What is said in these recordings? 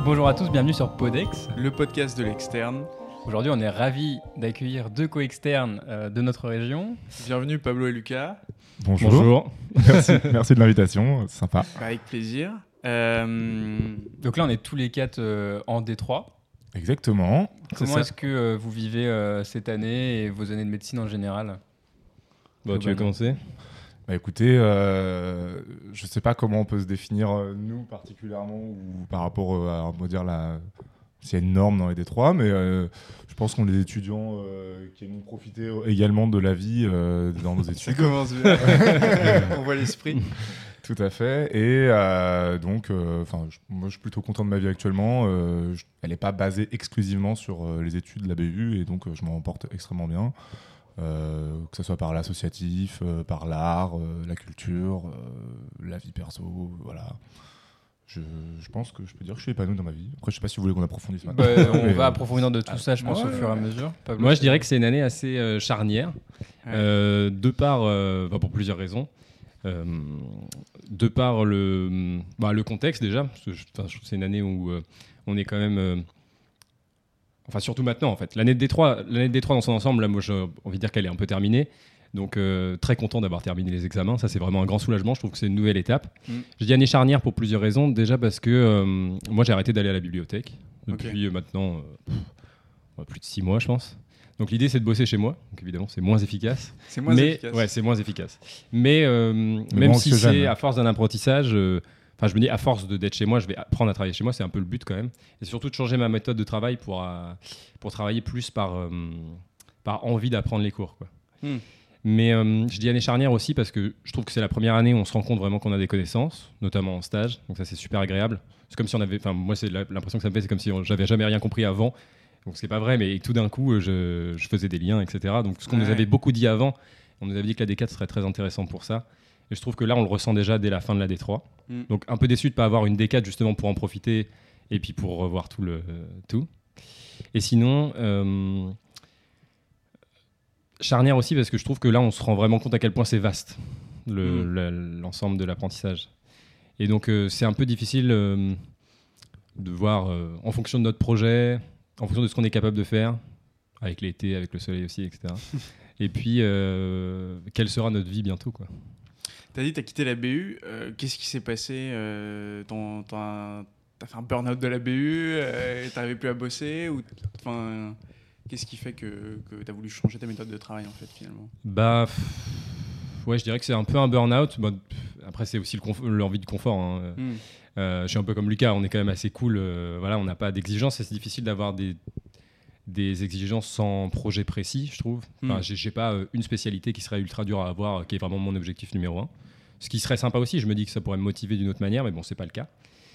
Bonjour à tous, bienvenue sur Podex, le podcast de l'externe. Aujourd'hui, on est ravis d'accueillir deux co-externes de notre région. Bienvenue Pablo et Lucas. Bonjour. Merci de l'invitation, c'est sympa. Avec plaisir. Donc là, on est tous les quatre en Détroit. Exactement. Comment est-ce que vous vivez cette année et vos années de médecine en général ? Tu veux commencer ? Écoutez, je ne sais pas comment on peut se définir nous particulièrement ou par rapport à, on va dire, s'il y a une norme dans les Détroits, mais je pense qu'on est des étudiants qui aiment profiter également de la vie dans nos études. Ça commence bien. On voit l'esprit. Tout à fait. Et donc, moi, je suis plutôt content de ma vie actuellement. Elle n'est pas basée exclusivement sur les études de la BU, et donc je m'en porte extrêmement bien. Que ce soit par l'associatif, par l'art, la culture, la vie perso, voilà. Je pense que je peux dire que je suis épanoui dans ma vie. Après, je ne sais pas si vous voulez qu'on approfondisse maintenant. On va approfondir de tout ça, je pense, au fur et à mesure. Pablo, moi, je dirais que c'est une année assez charnière, de par, pour plusieurs raisons. De par le contexte déjà, parce que je trouve que c'est une année où on est quand même... surtout maintenant, en fait. L'année de Détroit dans son ensemble, là, moi, j'ai envie de dire qu'elle est un peu terminée. Donc, très content d'avoir terminé les examens. Ça, c'est vraiment un grand soulagement. Je trouve que c'est une nouvelle étape. Je dis année charnière pour plusieurs raisons. Déjà parce que moi, j'ai arrêté d'aller à la bibliothèque depuis maintenant plus de 6 mois, je pense. Donc, l'idée, c'est de bosser chez moi. Donc, évidemment, c'est moins efficace. C'est moins efficace. Ouais, c'est moins efficace. Mais même si c'est à force d'un apprentissage... je me dis, à force d'être chez moi, je vais apprendre à travailler chez moi, c'est un peu le but quand même. Et surtout de changer ma méthode de travail pour travailler plus par envie d'apprendre les cours, quoi. Mais je dis année charnière aussi parce que je trouve que c'est la première année où on se rend compte vraiment qu'on a des connaissanses, notamment en stage. Donc ça, c'est super agréable. C'est comme si on avait... moi, c'est l'impression que ça me fait, c'est comme si j'avais jamais rien compris avant. Donc c'est pas vrai, mais tout d'un coup, je faisais des liens, etc. Donc ce qu'on nous avait beaucoup dit avant, on nous avait dit que la D4 serait très intéressant pour ça. Et je trouve que là, on le ressent déjà dès la fin de la D3. Donc, un peu déçu de ne pas avoir une D4 justement pour en profiter et puis pour revoir tout. Et sinon, charnière aussi parce que je trouve que là, on se rend vraiment compte à quel point c'est vaste, l'ensemble de l'apprentissage. Et donc, c'est un peu difficile de voir en fonction de notre projet, en fonction de ce qu'on est capable de faire, avec l'été, avec le soleil aussi, etc. Et puis, quelle sera notre vie bientôt, quoi. T'as dit que t'as quitté la BU, qu'est-ce qui s'est passé t'as fait un burn-out de la BU, t'arrivais plus à bosser qu'est-ce qui fait que t'as voulu changer ta méthode de travail en fait finalement ? Je dirais que c'est un peu un burn-out. Après c'est aussi l'envie de confort, hein. Je suis un peu comme Lucas, on est quand même assez cool, on n'a pas d'exigences et c'est difficile d'avoir des exigences sans projet précis, je trouve. J'ai pas une spécialité qui serait ultra dure à avoir, qui est vraiment mon objectif numéro 1. Ce qui serait sympa aussi, je me dis que ça pourrait me motiver d'une autre manière, mais bon, c'est pas le cas.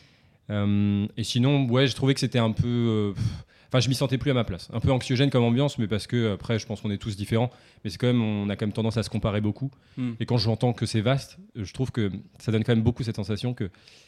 Et sinon, je trouvais que c'était un peu... je m'y sentais plus à ma place. Un peu anxiogène comme ambiance, mais parce que, après, je pense qu'on est tous différents. Mais c'est on a quand même tendance à se comparer beaucoup. Et quand j'entends que c'est vaste, je trouve que ça donne quand même beaucoup cette sensation que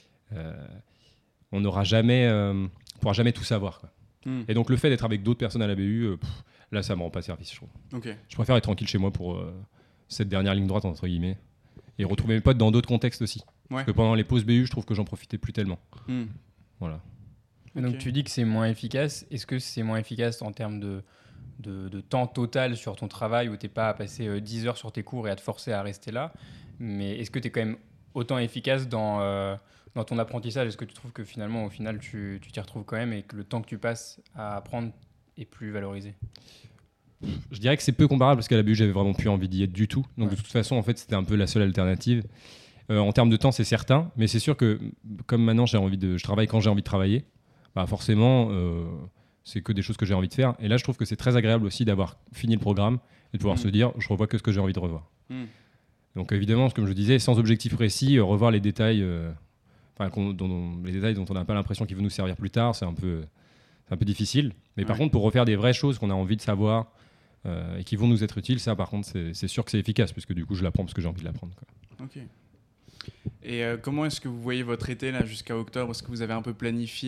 on n'aura jamais... on pourra jamais tout savoir, quoi. Et donc le fait d'être avec d'autres personnes à la BU, là ça me rend pas service, je trouve. Je préfère être tranquille chez moi pour cette dernière ligne droite entre guillemets et retrouver mes potes dans d'autres contextes aussi. Parce que pendant les pauses BU, je trouve que j'en profitais plus tellement. Voilà. Et donc tu dis que c'est moins efficace. Est-ce que c'est moins efficace en termes de temps total sur ton travail où t'es pas à passer 10 heures sur tes cours et à te forcer à rester là, mais est-ce que t'es quand même autant efficace dans ton apprentissage? Est-ce que tu trouves que finalement, au final, tu t'y retrouves quand même et que le temps que tu passes à apprendre est plus valorisé? Je dirais que c'est peu comparable parce qu'à la BU, j'avais vraiment plus envie d'y être du tout. Donc de toute façon, en fait, c'était un peu la seule alternative. En termes de temps, c'est certain, mais c'est sûr que comme maintenant, je travaille quand j'ai envie de travailler, forcément, c'est que des choses que j'ai envie de faire. Et là, je trouve que c'est très agréable aussi d'avoir fini le programme et de pouvoir se dire, je revois que ce que j'ai envie de revoir. Donc évidemment, comme je disais, sans objectif précis, revoir les détails... les détails dont on n'a pas l'impression qu'ils vont nous servir plus tard, c'est un peu difficile. Mais par contre, pour refaire des vraies choses qu'on a envie de savoir et qui vont nous être utiles, ça, par contre, c'est sûr que c'est efficace, puisque du coup, je l'apprends parce que j'ai envie de l'apprendre, quoi. Ok. Et comment est-ce que vous voyez votre été là, jusqu'à octobre ? Est-ce que vous avez un peu planifié ?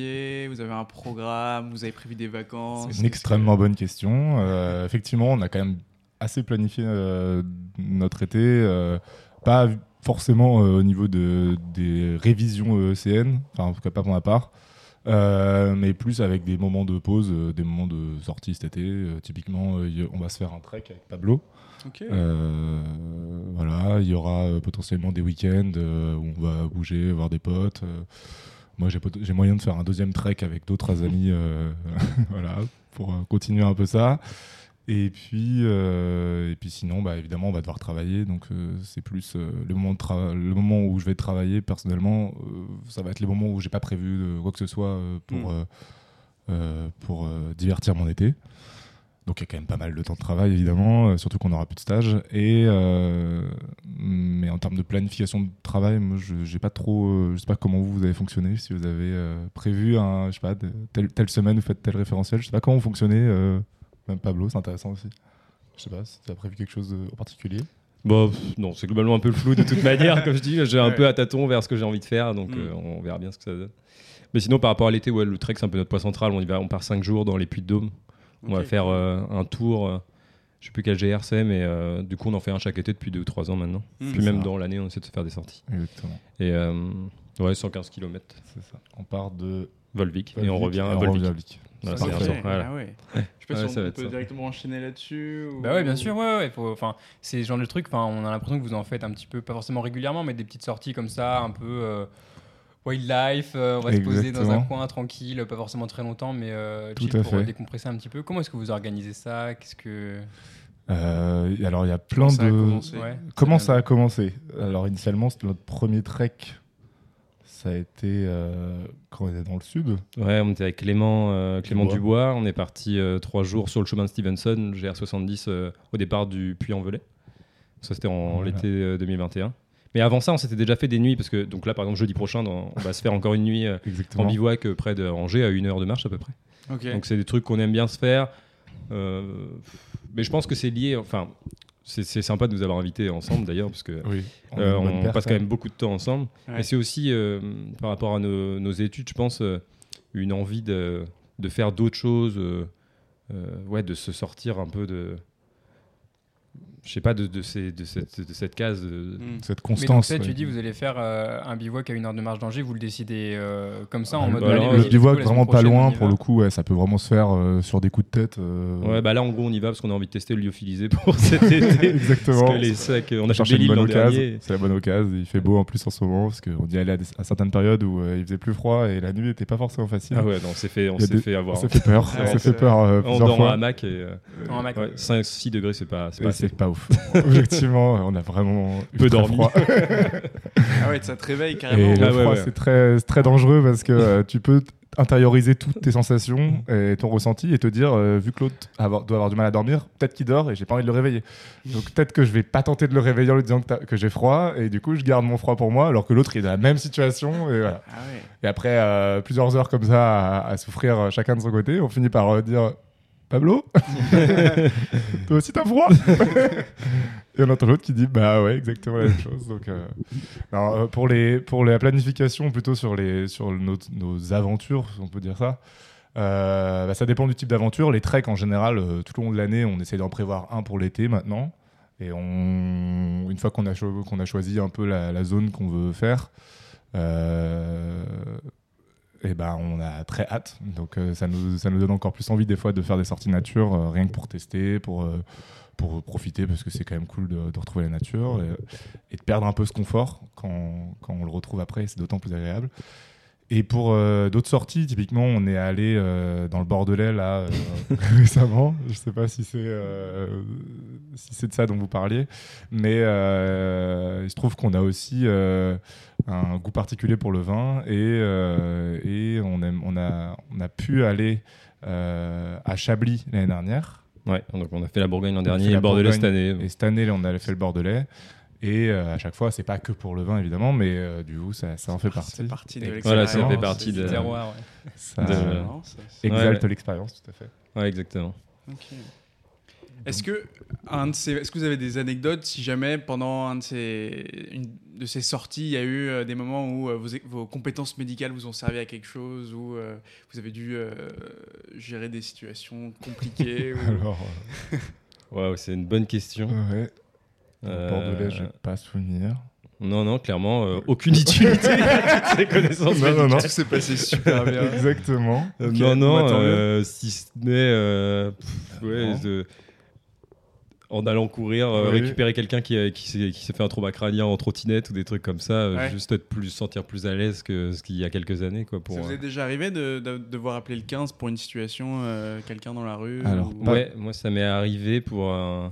Vous avez un programme ? Vous avez prévu des vacances ? C'est une extrêmement bonne question. Effectivement, on a quand même assez planifié notre été. Pas forcément au niveau des révisions ECN, en tout cas pas pour ma part. mais plus avec des moments de pause, des moments de sortie cet été. Typiquement, on va se faire un trek avec Pablo. Ok. Voilà, il y aura potentiellement des week-ends où on va bouger, voir des potes. Moi, j'ai moyen de faire un deuxième trek avec d'autres amis, voilà, pour continuer un peu ça. Et puis sinon, évidemment, on va devoir travailler. Donc, c'est plus le moment où je vais travailler personnellement. Ça va être les moments où j'ai pas prévu quoi que ce soit pour divertir mon été. Donc, il y a quand même pas mal de temps de travail, évidemment, surtout qu'on n'aura plus de stage. Mais en termes de planification de travail, moi, j'ai pas trop. Je sais pas comment vous avez fonctionné. Si vous avez prévu je sais pas, telle semaine, vous faites tel référentiel. Je sais pas comment vous fonctionnez. Même Pablo, c'est intéressant aussi. Je sais pas si tu as prévu quelque chose en particulier. Bon, non, c'est globalement un peu le flou de toute manière. Comme je dis, j'ai un peu à tâtons vers ce que j'ai envie de faire, donc on verra bien ce que ça donne. Mais sinon, par rapport à l'été, le trek, c'est un peu notre point central. On part 5 jours dans les Puy-de-Dôme. On va faire un tour. Je sais plus quel GR c'est, mais du coup, on en fait un chaque été depuis 2 ou 3 ans maintenant. Puis même dans l'année, on essaie de se faire des sorties. Exactement. Et 115 km. C'est ça. On part de Volvic et on revient à Volvic. Voilà, c'est parfait. voilà. Ah ouais. Je sais pas si on peut directement enchaîner là-dessus. Bah ouais, bien sûr, ouais. C'est ce genre de truc, on a l'impression que vous en faites un petit peu, pas forcément régulièrement, mais des petites sorties comme ça, un peu wildlife, on va se poser dans un coin tranquille, pas forcément très longtemps, mais chill pour décompresser un petit peu. Comment est-ce que vous organisez ça? Alors, il y a plein Comment ça a commencé? Alors, initialement, c'était notre premier trek. Ça a été quand on était dans le sud. Ouais, on était avec Clément Dubois. On est parti 3 jours sur le chemin de Stevenson, GR70, au départ du Puy-en-Velay. Ça, c'était en l'été 2021. Mais avant ça, on s'était déjà fait des nuits, parce que donc là, par exemple, jeudi prochain, on va se faire encore une nuit en bivouac près de Angers, à 1 heure de marche à peu près. Okay. Donc c'est des trucs qu'on aime bien se faire. Mais je pense que c'est lié... Enfin, c'est sympa de nous avoir invités ensemble d'ailleurs, parce que on passe quand même beaucoup de temps ensemble. Ouais. Et c'est aussi, par rapport à nos études, je pense, une envie de faire d'autres choses, de se sortir un peu de... Je sais pas, de cette case. Cette constance. Mais donc, tu dis, vous allez faire un bivouac à 1 heure de marche d'Angers, vous le décidez comme ça, en mode... le bivouac, vraiment pas loin, pour le coup, ça peut vraiment se faire sur des coups de tête. Ouais, là, en gros, on y va parce qu'on a envie de tester le lyophilisé pour cet été. Exactement. Parce que les sacs, on a cherché une bonne occasion. C'est la bonne occasion. Il fait beau en plus en ce moment, parce qu'on y allait à certaines périodes où il faisait plus froid et la nuit n'était pas forcément facile. Ah ouais, non, on s'est fait avoir. On s'est fait peur. On dort en hamac et 5-6 degrés, c'est pas ouf. Objectivement, on a vraiment peu dormi. Froid. Ah ouais, ça te réveille carrément. Et le froid, c'est très dangereux parce que tu peux intérioriser toutes tes sensations et ton ressenti et te dire, vu que l'autre doit avoir du mal à dormir, peut-être qu'il dort et j'ai pas envie de le réveiller. Donc peut-être que je vais pas tenter de le réveiller en lui disant que j'ai froid, et du coup je garde mon froid pour moi, alors que l'autre il est dans la même situation. Et voilà. Ah ouais. Et après plusieurs heures comme ça à souffrir chacun de son côté, on finit par dire... Pablo, toi aussi t'as froid. Et on entend l'autre qui dit bah ouais, exactement la même chose. Donc pour la planification, plutôt sur nos aventures, si on peut dire ça, ça dépend du type d'aventure. Les treks en général, tout au long de l'année, on essaie d'en prévoir un pour l'été maintenant. Et une fois qu'on a choisi un peu la zone qu'on veut faire, et on a très hâte, donc ça nous donne encore plus envie des fois de faire des sorties nature, rien que pour tester, pour profiter, parce que c'est quand même cool de retrouver la nature et de perdre un peu ce confort quand on le retrouve après, c'est d'autant plus agréable. Et pour d'autres sorties, typiquement, on est allé dans le Bordelais là récemment. Je sais pas si c'est de ça dont vous parliez, mais il se trouve qu'on a aussi un goût particulier pour le vin et on a pu aller à Chablis l'année dernière. Ouais, donc on a fait la Bourgogne l'an dernier et le Bordelais cette année. Et cette année, on a fait le Bordelais. Et à chaque fois, c'est pas que pour le vin évidemment, mais du coup, ça en fait partie. C'est partie de l'expérience. Voilà, ça fait partie de terroir. Ça exalte l'expérience, tout à fait. Ouais, exactement. Ok. Est-ce que vous avez des anecdotes si jamais pendant une de ces sorties, il y a eu des moments où vos compétences médicales vous ont servi à quelque chose, où vous avez dû gérer des situations compliquées Alors, wow, c'est une bonne question. Ouais. Bordelais, je n'ai pas souvenir. Non, clairement, aucune utilité de ces connaissances. Non. Tout s'est passé super bien. Exactement. Si ce n'est en allant courir, récupérer quelqu'un qui s'est fait un trauma crânien en trottinette ou des trucs comme ça, juste sentir plus à l'aise que ce qu'il y a quelques années. Quoi, Ça vous est déjà arrivé de devoir appeler le 15 pour une situation, quelqu'un dans la rue Alors, Ouais, moi ça m'est arrivé pour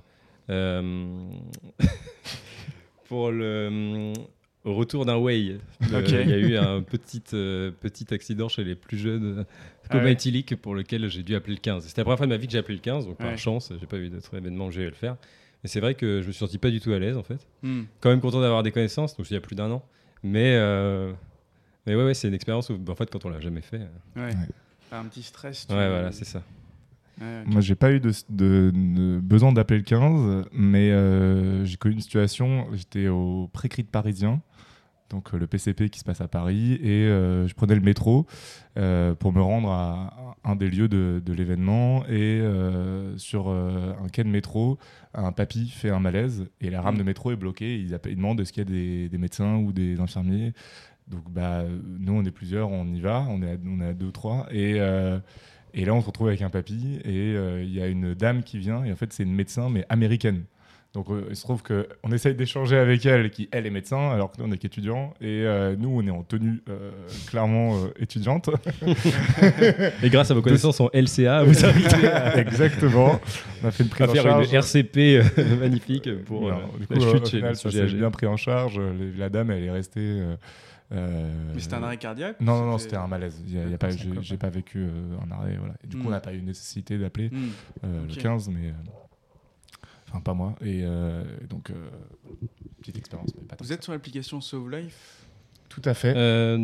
pour le au retour d'un Way. Il y a eu un petit accident chez les plus jeunes, coma éthylique, pour lequel j'ai dû appeler le 15. C'était la première fois de ma vie que j'ai appelé le 15, donc par chance, j'ai pas eu d'autres événements où j'ai eu à le faire. Mais c'est vrai que je me suis senti pas du tout à l'aise en fait. Quand même content d'avoir des connaissances, donc il y a plus d'1 an. Mais ouais, c'est une expérience où en fait quand on l'a jamais fait. Un petit stress. Voilà, c'est ça. Moi, j'ai pas eu de besoin d'appeler le 15, mais j'ai connu une situation. J'étais au Pré-Crit parisien, donc le PCP qui se passe à Paris, et je prenais le métro pour me rendre à un des lieux de l'événement. Et sur un quai de métro, un papy fait un malaise et la rame de métro est bloquée. Il demande est-ce qu'il y a des médecins ou des infirmiers. Donc, nous, on est plusieurs, on y va, on est à 2 ou 3. Et là, on se retrouve avec un papy et il y a une dame qui vient. Et en fait, c'est une médecin, mais américaine. Donc, il se trouve qu'on essaye d'échanger avec elle, qui, elle, est médecin, alors que nous, on n'est qu'étudiants. Et nous, on est en tenue clairement étudiante. Et grâce à vos connaissances en LCA, vous arrivez à... Exactement. On a fait une prise en faire charge. une RCP magnifique pour du coup, la chute au chez final, le ça sujet s'est bien pris en charge. La dame, elle est restée... Mais c'était un arrêt cardiaque? Non, c'était un malaise. J'ai pas vécu un arrêt. Voilà. Et du coup, on n'a pas eu nécessité d'appeler le 15, mais enfin pas moi. Et donc petite expérience. Mais pas vous êtes sur l'application Sauve Life? Tout à fait.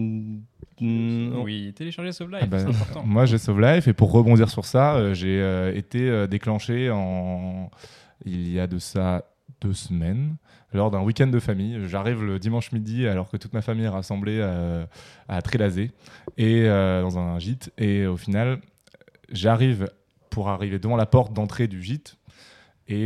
Oui, télécharger Sauve Life, c'est important. Moi, j'ai Sauve Life, et pour rebondir sur ça, j'ai été déclenché il y a de ça 2 semaines. Lors d'un week-end de famille. J'arrive le dimanche midi alors que toute ma famille est rassemblée à Trélazé et dans un gîte. Et au final, j'arrive pour arriver devant la porte d'entrée du gîte et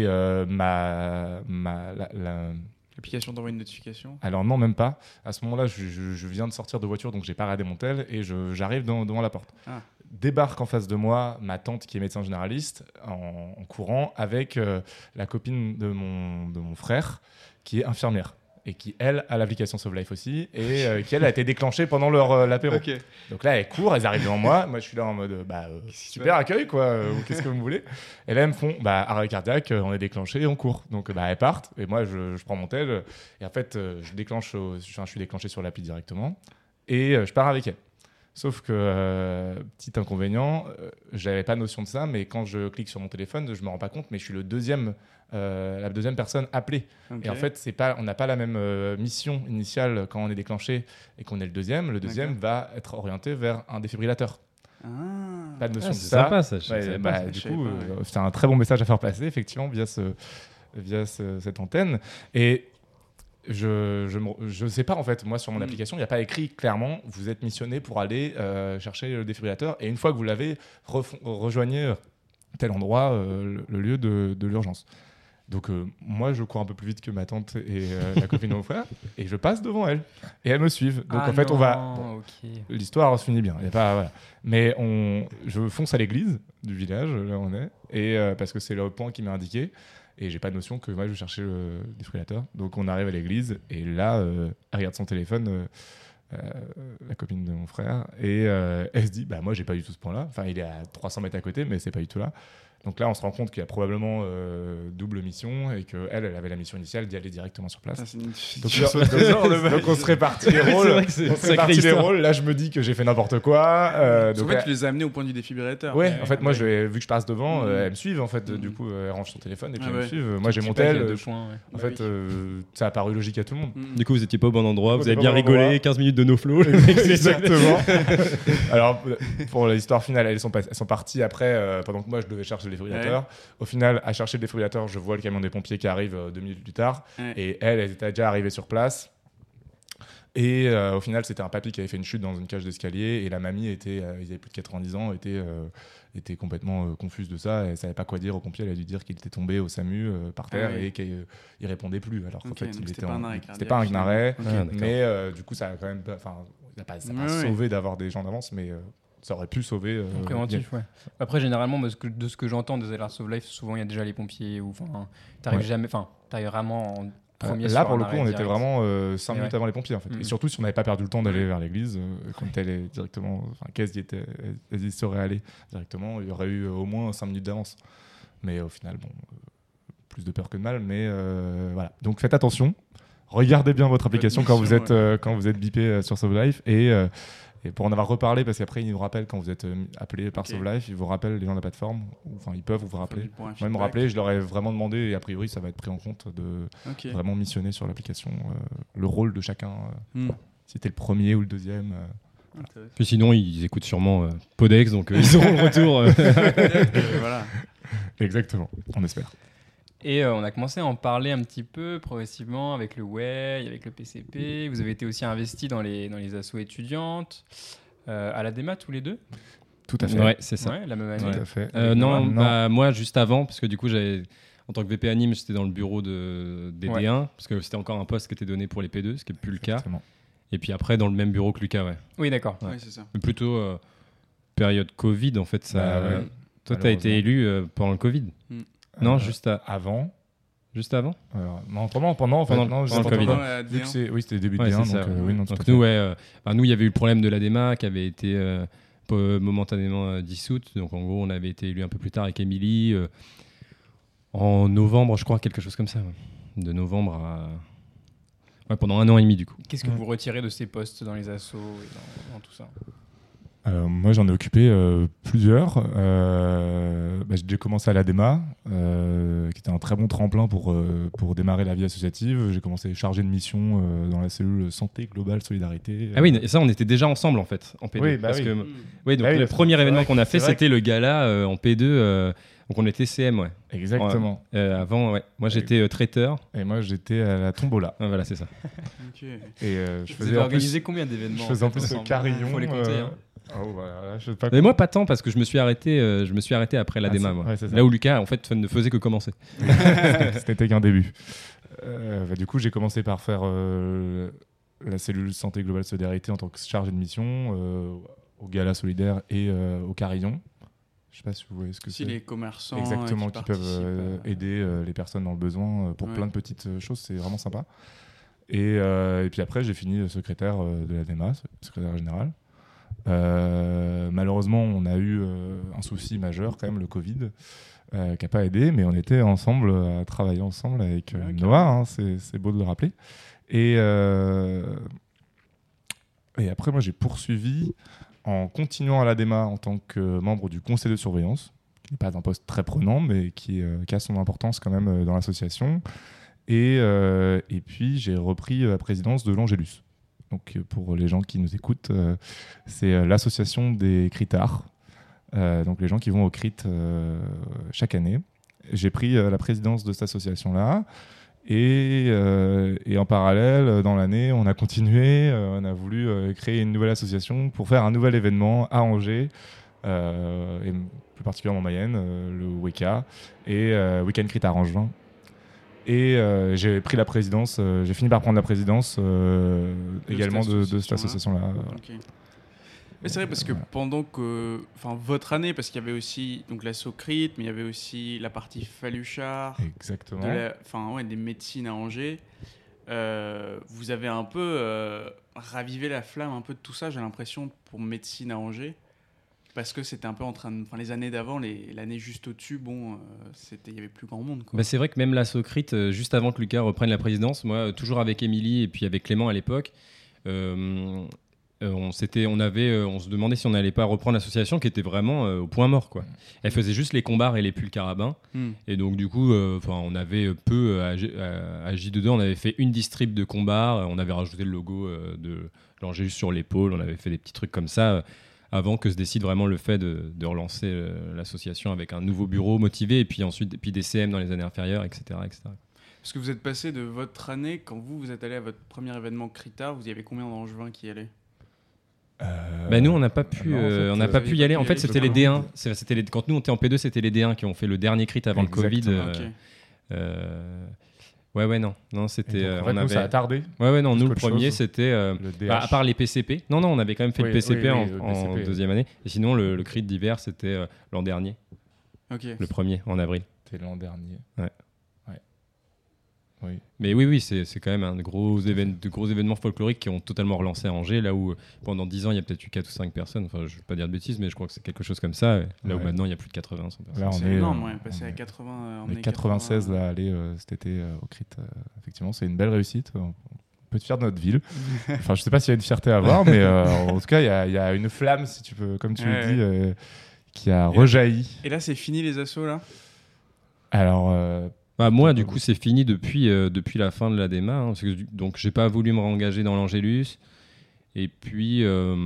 l'application t'envoie une notification? Alors non, même pas. À ce moment-là, je viens de sortir de voiture, donc j'ai pas radé mon tel et j'arrive devant la porte. Débarque en face de moi ma tante qui est médecin généraliste en courant avec la copine de mon frère qui est infirmière et qui, elle, a l'application Sauve Life aussi et qui, elle, a été déclenchée pendant l'apéro. Donc là, elles courent, elles arrivent devant moi. Moi, je suis là en mode super accueil, quoi. Qu'est-ce que vous voulez? Et là, elles me font arrêt cardiaque, on est déclenché et on court. Donc elles partent et moi, je prends mon tel et en fait, je suis déclenché sur l'appli directement et je pars avec elle. Sauf que, petit inconvénient, j'avais pas notion de ça, mais quand je clique sur mon téléphone, je me rends pas compte, mais je suis la deuxième personne appelée. Et en fait, on n'a pas la même mission initiale quand on est déclenché et qu'on est le deuxième. Le deuxième va être orienté vers un défibrillateur. Pas de notion de ça. Sympa, ça. Du coup, c'est un très bon message à faire passer, effectivement, via cette antenne. Et je sais pas en fait, moi sur mon application il n'y a pas écrit clairement vous êtes missionné pour aller chercher le défibrillateur et une fois que vous l'avez rejoignez tel endroit le lieu de l'urgence. Donc moi je cours un peu plus vite que ma tante et la copine de mon frère et je passe devant elle et elles me suivent. Donc en fait on va l'histoire se finit bien, y a pas, voilà. Mais je fonce à l'église du village là où on est et parce que c'est le point qui m'a indiqué. Et j'ai pas de notion que moi je cherchais le défibrillateur. Donc on arrive à l'église et là, elle regarde son téléphone, la copine de mon frère, et elle se dit moi j'ai pas du tout ce point-là. Enfin, il est à 300 mètres à côté, mais c'est pas du tout là. Donc là, on se rend compte qu'il y a probablement double mission et qu'elle avait la mission initiale d'y aller directement sur place. Donc on se répartit les rôles. Là, je me dis que j'ai fait n'importe quoi. Donc en fait, tu les as amenés au point du défibrillateur. Ouais, en fait, moi, vu que je passe devant, elles me suivent. En fait, du coup, elles rangent son téléphone et puis elles me suivent. Moi, j'ai mon tel. En fait, ça a paru logique à tout le monde. Du coup, vous étiez pas au bon endroit, vous avez bien rigolé, 15 minutes de no-flow. Exactement. Alors, pour l'histoire finale, elles sont parties après, pendant que moi, je devais chercher le défibrillateur. Au final, à chercher le défibrillateur, je vois le camion des pompiers qui arrive 2 minutes plus tard. Et elles étaient déjà arrivées sur place. Et au final, c'était un papy qui avait fait une chute dans une cage d'escalier et la mamie ils avaient plus de 90 ans, était complètement confuse de ça. Elle savait pas quoi dire aux pompiers. Elle a dû dire qu'il était tombé au SAMU par terre et qu'il répondait plus. Alors qu'en fait, c'était pas un arrêt. Mais du coup, ça a quand même, ça pas sauvé d'avoir des gens d'avance, mais ça aurait pu sauver. Préventif, ouais. Après, généralement, de ce que j'entends des alertes of life, souvent il y a déjà les pompiers ou t'arrives vraiment en premier. Là, pour le coup, on était vraiment 5 minutes avant les pompiers, en fait. Et surtout, si on n'avait pas perdu le temps d'aller vers l'église, quand elle est directement, qu'elles y seraient allées directement, il y aurait eu au moins 5 minutes d'avance. Mais au final, bon, plus de peur que de mal. Mais voilà. Donc faites attention. Regardez bien votre application quand vous êtes bipé sur SoveLife et pour en avoir reparlé, parce qu'après ils nous rappellent quand vous êtes appelé par SoveLife, ils vous rappellent les gens de la plateforme, enfin ils peuvent vous rappeler. Moi, me rappeler, je leur ai vraiment demandé et a priori ça va être pris en compte de vraiment missionner sur l'application le rôle de chacun, si c'était le premier ou le deuxième. Puis sinon ils écoutent sûrement Podex, donc ils auront le retour. Voilà. Exactement, on espère. Et on a commencé à en parler un petit peu progressivement avec le Way, avec le PCP. Vous avez été aussi investis dans les assos étudiantes, à l'ADEMA tous les deux. Tout à fait. Ouais, c'est ça. Ouais, la même année. Tout à fait. Non. Moi juste avant, parce que du coup en tant que VP Anime, j'étais dans le bureau des D1, parce que c'était encore un poste qui était donné pour les P2, ce qui n'est plus le cas. Et puis après, dans le même bureau que Lucas, ouais. Oui, d'accord. Ouais, c'est ça. Mais plutôt période Covid, en fait. Toi, tu as été élu pendant le Covid. Non, juste avant. Juste avant non, pendant en fait. Pendant le Covid. Oui, c'était début de D1. Donc nous, il y avait eu le problème de l'ADEMA qui avait été momentanément dissoute. Donc en gros, on avait été élu un peu plus tard avec Émilie en novembre, je crois, quelque chose comme ça. Ouais. De novembre à... Ouais, pendant 1 an et demi, du coup. Qu'est-ce que vous retirez de ces postes dans les assos et dans tout ça ? Moi, j'en ai occupé plusieurs. J'ai commencé à l'ADEMA, qui était un très bon tremplin pour démarrer la vie associative. J'ai commencé chargé de mission dans la cellule Santé Globale Solidarité. Ah oui, et ça, on était déjà ensemble, en fait, en P2. Oui, donc le premier événement qu'on a fait, c'était le gala en P2. Donc on était CM, ouais. Exactement. Avant, ouais. Moi, j'étais traiteur. Et moi, j'étais à la tombola. Voilà, c'est ça. Et vous avez organisé combien d'événements? Je faisais en plus le carillon. Faut les compter, Mais moi pas tant parce que je me suis arrêté après l'ADEMA là où Lucas en fait ne faisait que commencer. C'était qu'un début. Du coup j'ai commencé par faire la cellule Santé Globale Solidarité en tant que chargé de mission au Gala Solidaire et au Carillon. Je sais pas si vous voyez ce que c'est. Les commerçants exactement qui peuvent aider les personnes dans le besoin pour plein de petites choses, c'est vraiment sympa. Et puis après j'ai fini secrétaire de l'ADEMA, secrétaire général. Malheureusement, on a eu un souci majeur, quand même, le Covid, qui n'a pas aidé, mais on était ensemble, à travailler ensemble avec Noah, c'est beau de le rappeler. Et après, moi, j'ai poursuivi en continuant à l'ADEMA en tant que membre du conseil de surveillance, qui n'est pas un poste très prenant, mais qui a son importance quand même dans l'association. Et puis, j'ai repris la présidence de l'Angélus. Donc, pour les gens qui nous écoutent, c'est l'association des critards, donc les gens qui vont au crit chaque année. J'ai pris la présidence de cette association-là et en parallèle, dans l'année, on a continué, on a voulu créer une nouvelle association pour faire un nouvel événement à Angers, et plus particulièrement en Mayenne, le WECA, et Week-end Critard en juin. Et j'ai pris la présidence, j'ai fini par prendre la présidence également de cette association-là. Okay. Mais c'est vrai parce que pendant que, votre année, parce qu'il y avait aussi donc l'asso Crit, mais il y avait aussi la partie Faluchard, exactement, des médecines à Angers. Vous avez un peu ravivé la flamme un peu de tout ça, j'ai l'impression, pour médecine à Angers. Parce que c'était un peu les années d'avant, l'année juste au-dessus, il y avait plus grand monde, quoi. C'est vrai que même la Socrit, juste avant que Lucas reprenne la présidence, moi, toujours avec Émilie et puis avec Clément à l'époque, on se demandait si on n'allait pas reprendre l'association qui était vraiment au point mort, quoi. Elle faisait juste les combats et les pulls carabins. Et donc, du coup, on avait à J22, on avait fait une distrib de combats, on avait rajouté le logo de l'Angélus sur l'épaule, on avait fait des petits trucs comme ça. Avant que se décide vraiment le fait de relancer l'association avec un nouveau bureau motivé et puis ensuite des CM dans les années inférieures, etc. etc. Parce que vous êtes passé de votre année, quand vous êtes allé à votre premier événement Krita, vous y avait combien d'Angevins qui y allaient? Nous, on n'a pas pu, non, en fait, on n'a pas pu y aller. En fait, c'était les Covid. D1. Quand nous, on était en P2, c'était les D1 qui ont fait le dernier crit avant le Covid. Exactement. Ok. Non, c'était. Et donc, en fait, nous, ça a tardé. Non, nous, le qu'autre premier, chose. c'était. Le DH. À part les PCP. Non, on avait quand même fait Oui, le PCP oui, le en PCP. deuxième année. Et sinon, le crit d'hiver, c'était l'an dernier, Ok. le premier, en avril. C'était l'an dernier. Ouais. Oui. Mais oui, c'est quand même de gros événements folkloriques qui ont totalement relancé à Angers, là où pendant 10 ans, il y a peut-être eu 4 ou 5 personnes. Enfin, je ne vais pas dire de bêtises, mais je crois que c'est quelque chose comme ça. Là où Ouais. maintenant, il y a plus de 80, 100 personnes. Là, C'est on est, énorme, on on est passé à est- 80. On est 96 là, aller cet été au CRIT. Effectivement, c'est une belle réussite. On peut être fier de notre ville. Enfin, je sais pas s'il y a une fierté à avoir, mais en tout cas, il y a une flamme, si tu peux, comme tu Ouais, le dis, qui a rejailli. Et là, c'est fini les assos là? Alors, Moi, du coup, c'est fini depuis la fin de l'ADEMA. Parce que, donc, j'ai pas voulu me réengager dans l'Angélus. Et puis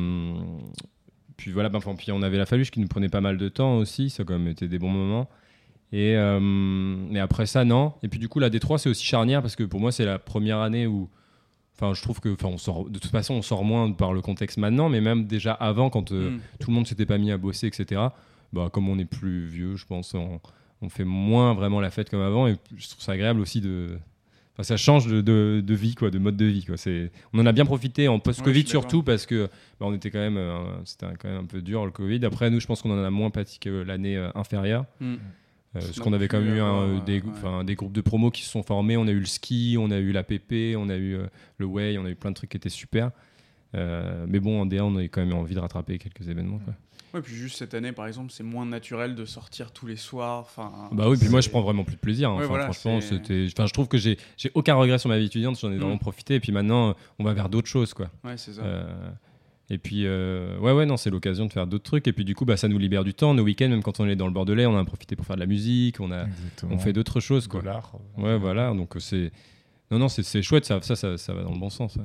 voilà, puis on avait la Faluche qui nous prenait pas mal de temps aussi. Ça a quand même été des bons moments. Et après ça, non. Et puis du coup, la D3, c'est aussi charnière parce que pour moi, c'est la première année où. Enfin, je trouve que, de toute façon, on sort moins par le contexte maintenant, mais même déjà avant, quand tout le monde s'était pas mis à bosser, etc. Comme on est plus vieux, je pense, on fait moins vraiment la fête comme avant. Et je trouve ça agréable aussi ça change de vie, quoi, de mode de vie, quoi. On en a bien profité en post-Covid, Ouais, je suis surtout parce que on était quand même, c'était quand même un peu dur le Covid. Après, nous, je pense qu'on en a moins pâti que l'année inférieure. Parce Non qu'on avait quand même eu plus, des groupes de promos qui se sont formés. On a eu le ski, on a eu l'APP, on a eu le Way, on a eu plein de trucs qui étaient super. Mais bon, en D1, on avait quand même envie de rattraper quelques événements, quoi. Ouais, puis juste cette année, par exemple, c'est moins naturel de sortir tous les soirs. Oui, puis moi, je prends vraiment plus de plaisir. Ouais, voilà, franchement, je trouve que j'ai aucun regret sur ma vie étudiante. J'en ai vraiment profité. Et puis maintenant, on va vers d'autres choses, quoi. Ouais, c'est ça. Et puis, non, c'est l'occasion de faire d'autres trucs. Et puis, du coup, ça nous libère du temps. Nos week-ends, même quand on est dans le Bordelais, on en a profité pour faire de la musique. On fait d'autres choses, quoi. Dollars. Ouais, voilà. Donc, c'est chouette. Ça va dans le bon sens. Ouais.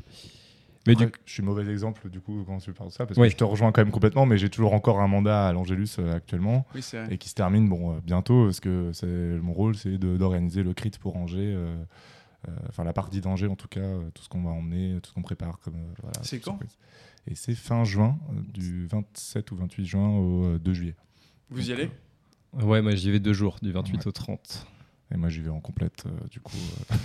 Mais Après, je suis mauvais exemple du coup quand tu parles de ça parce que Oui. je te rejoins quand même complètement, mais j'ai toujours encore un mandat à l'Angélus actuellement Oui, c'est vrai. et qui se termine bientôt parce que mon rôle c'est d'organiser le CRIT pour Angers, enfin la partie d'Angers en tout cas, tout ce qu'on va emmener, tout ce qu'on prépare comme voilà. C'est quand ? Et c'est fin juin, du 27 ou 28 juin au 2 juillet. Vous y allez ? Ouais, moi j'y vais 2 jours, du 28 au 30. Et moi j'y vais en complète du coup.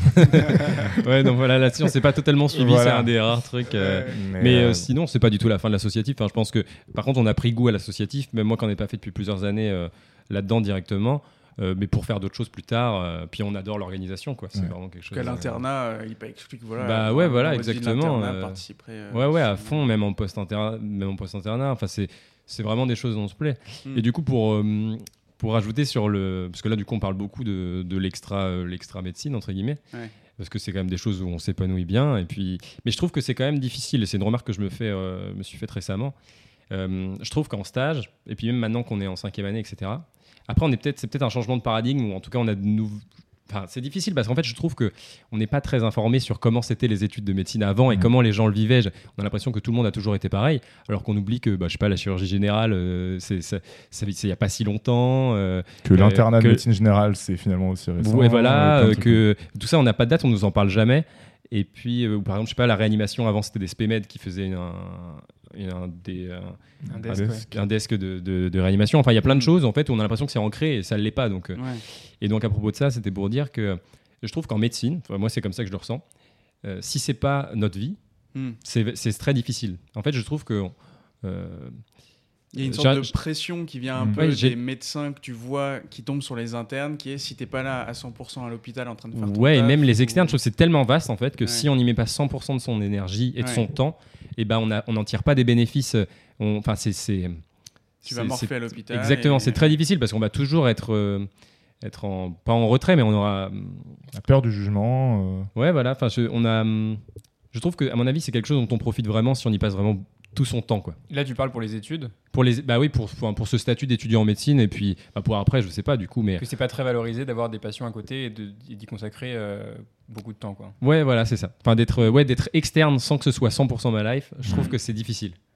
Ouais, donc voilà, là-dessus on s'est pas totalement suivi, Voilà. c'est un des rares trucs. Mais sinon, c'est pas du tout la fin de l'associatif. Enfin, je pense que, par contre, on a pris goût à l'associatif, même moi, qui n'en ai pas fait depuis plusieurs années là-dedans directement, mais pour faire d'autres choses plus tard. Puis on adore l'organisation, quoi. C'est vraiment quelque chose. Qu'à l'internat, il explique voilà. Bah ouais, voilà, la vie de exactement. l'internat, participerait, Ouais, à fond, même en post-internat. Enfin, c'est vraiment des choses dont on se plaît. Et du coup, pour rajouter sur parce que là, du coup, on parle beaucoup de l'extra médecine, entre guillemets. Ouais. Parce que c'est quand même des choses où on s'épanouit bien. Mais je trouve que c'est quand même difficile. Et c'est une remarque que je me suis faite récemment. Je trouve qu'en stage, et puis même maintenant qu'on est en 5e année, etc., après, c'est peut-être un changement de paradigme, ou en tout cas, on a de nouveaux. Enfin, c'est difficile parce qu'en fait, je trouve qu'on n'est pas très informé sur comment c'était les études de médecine avant et comment les gens le vivaient. On a l'impression que tout le monde a toujours été pareil, alors qu'on oublie que, je sais pas, la chirurgie générale, c'est il n'y a pas si longtemps. Que l'internat de médecine générale, c'est finalement aussi récent. Ouais, voilà, plein de que tout ça, on n'a pas de date, on nous en parle jamais. Et puis, par exemple, je sais pas, la réanimation, avant, c'était des SPMED qui faisaient un desk de réanimation. Enfin, il y a plein de choses en fait où on a l'impression que c'est ancré et ça ne l'est pas. Donc, et donc à propos de ça, c'était pour dire que je trouve qu'en médecine, moi c'est comme ça que je le ressens, si c'est pas notre vie, c'est très difficile. En fait, je trouve que il y a une sorte de pression qui vient un peu des médecins que tu vois qui tombent sur les internes, qui est si t'es pas là à 100% à l'hôpital en train de faire ton et taf, même les externes, je trouve que c'est tellement vaste en fait que si on n'y met pas 100% de son énergie et de son temps, et on n'en tire pas des bénéfices. Enfin, tu vas morfler à l'hôpital. Exactement, c'est très difficile parce qu'on va toujours être pas en retrait, mais on aura la peur du jugement. Ouais, voilà. Enfin, je trouve que à mon avis, c'est quelque chose dont on profite vraiment si on y passe vraiment tout son temps, quoi. Là, tu parles pour les études. Pour ce statut d'étudiant en médecine et puis pour après, je sais pas du coup, mais que c'est pas très valorisé d'avoir des patients à côté et d'y consacrer beaucoup de temps, quoi. Ouais, voilà, c'est ça. Enfin, d'être externe sans que ce soit 100% ma life, je trouve que c'est difficile.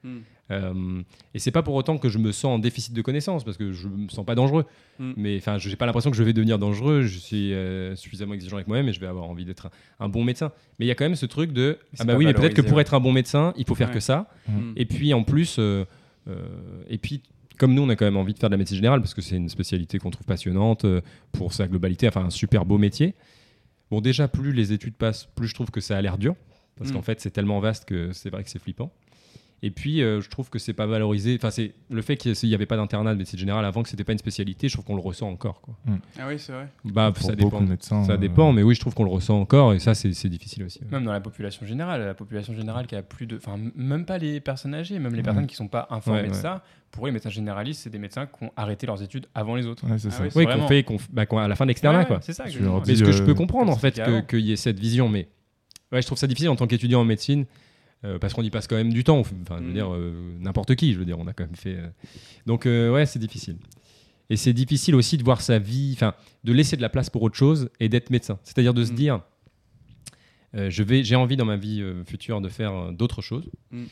Et c'est pas pour autant que je me sens en déficit de connaissances, parce que je me sens pas dangereux. Mais enfin, j'ai pas l'impression que je vais devenir dangereux. Je suis suffisamment exigeant avec moi-même et je vais avoir envie d'être un bon médecin. Mais il y a quand même ce truc de mais peut-être que pour être un bon médecin, il faut faire que ça. Et puis en plus, comme nous, on a quand même envie de faire de la médecine générale parce que c'est une spécialité qu'on trouve passionnante pour sa globalité, enfin un super beau métier. Bon, déjà, plus les études passent, plus je trouve que ça a l'air dur parce qu'en fait, c'est tellement vaste que c'est vrai que c'est flippant. Et puis, je trouve que c'est pas valorisé. Enfin, c'est le fait qu'il n'y avait pas d'internat de médecine générale avant, que c'était pas une spécialité. Je trouve qu'on le ressent encore, quoi. Ah oui, c'est vrai. Ça dépend. Ça dépend, mais oui, je trouve qu'on le ressent encore, et ça, c'est difficile aussi. Même dans la population générale qui a plus de, enfin, même pas les personnes âgées, même les personnes qui sont pas informées de ça. Pour eux, les médecins généralistes, c'est des médecins qui ont arrêté leurs études avant les autres. Ouais, c'est ça. Oui, qu'on à la fin de l'externat, quoi. C'est ça. Mais ce que je peux comprendre, en fait, qu'il y ait cette vision, mais je trouve ça difficile en tant qu'étudiant en médecine. Parce qu'on y passe quand même du temps, enfin, je veux dire, n'importe qui, je veux dire, on a quand même fait. Donc, c'est difficile. Et c'est difficile aussi de voir sa vie, enfin, de laisser de la place pour autre chose et d'être médecin. C'est-à-dire de se dire, j'ai envie dans ma vie future de faire d'autres choses,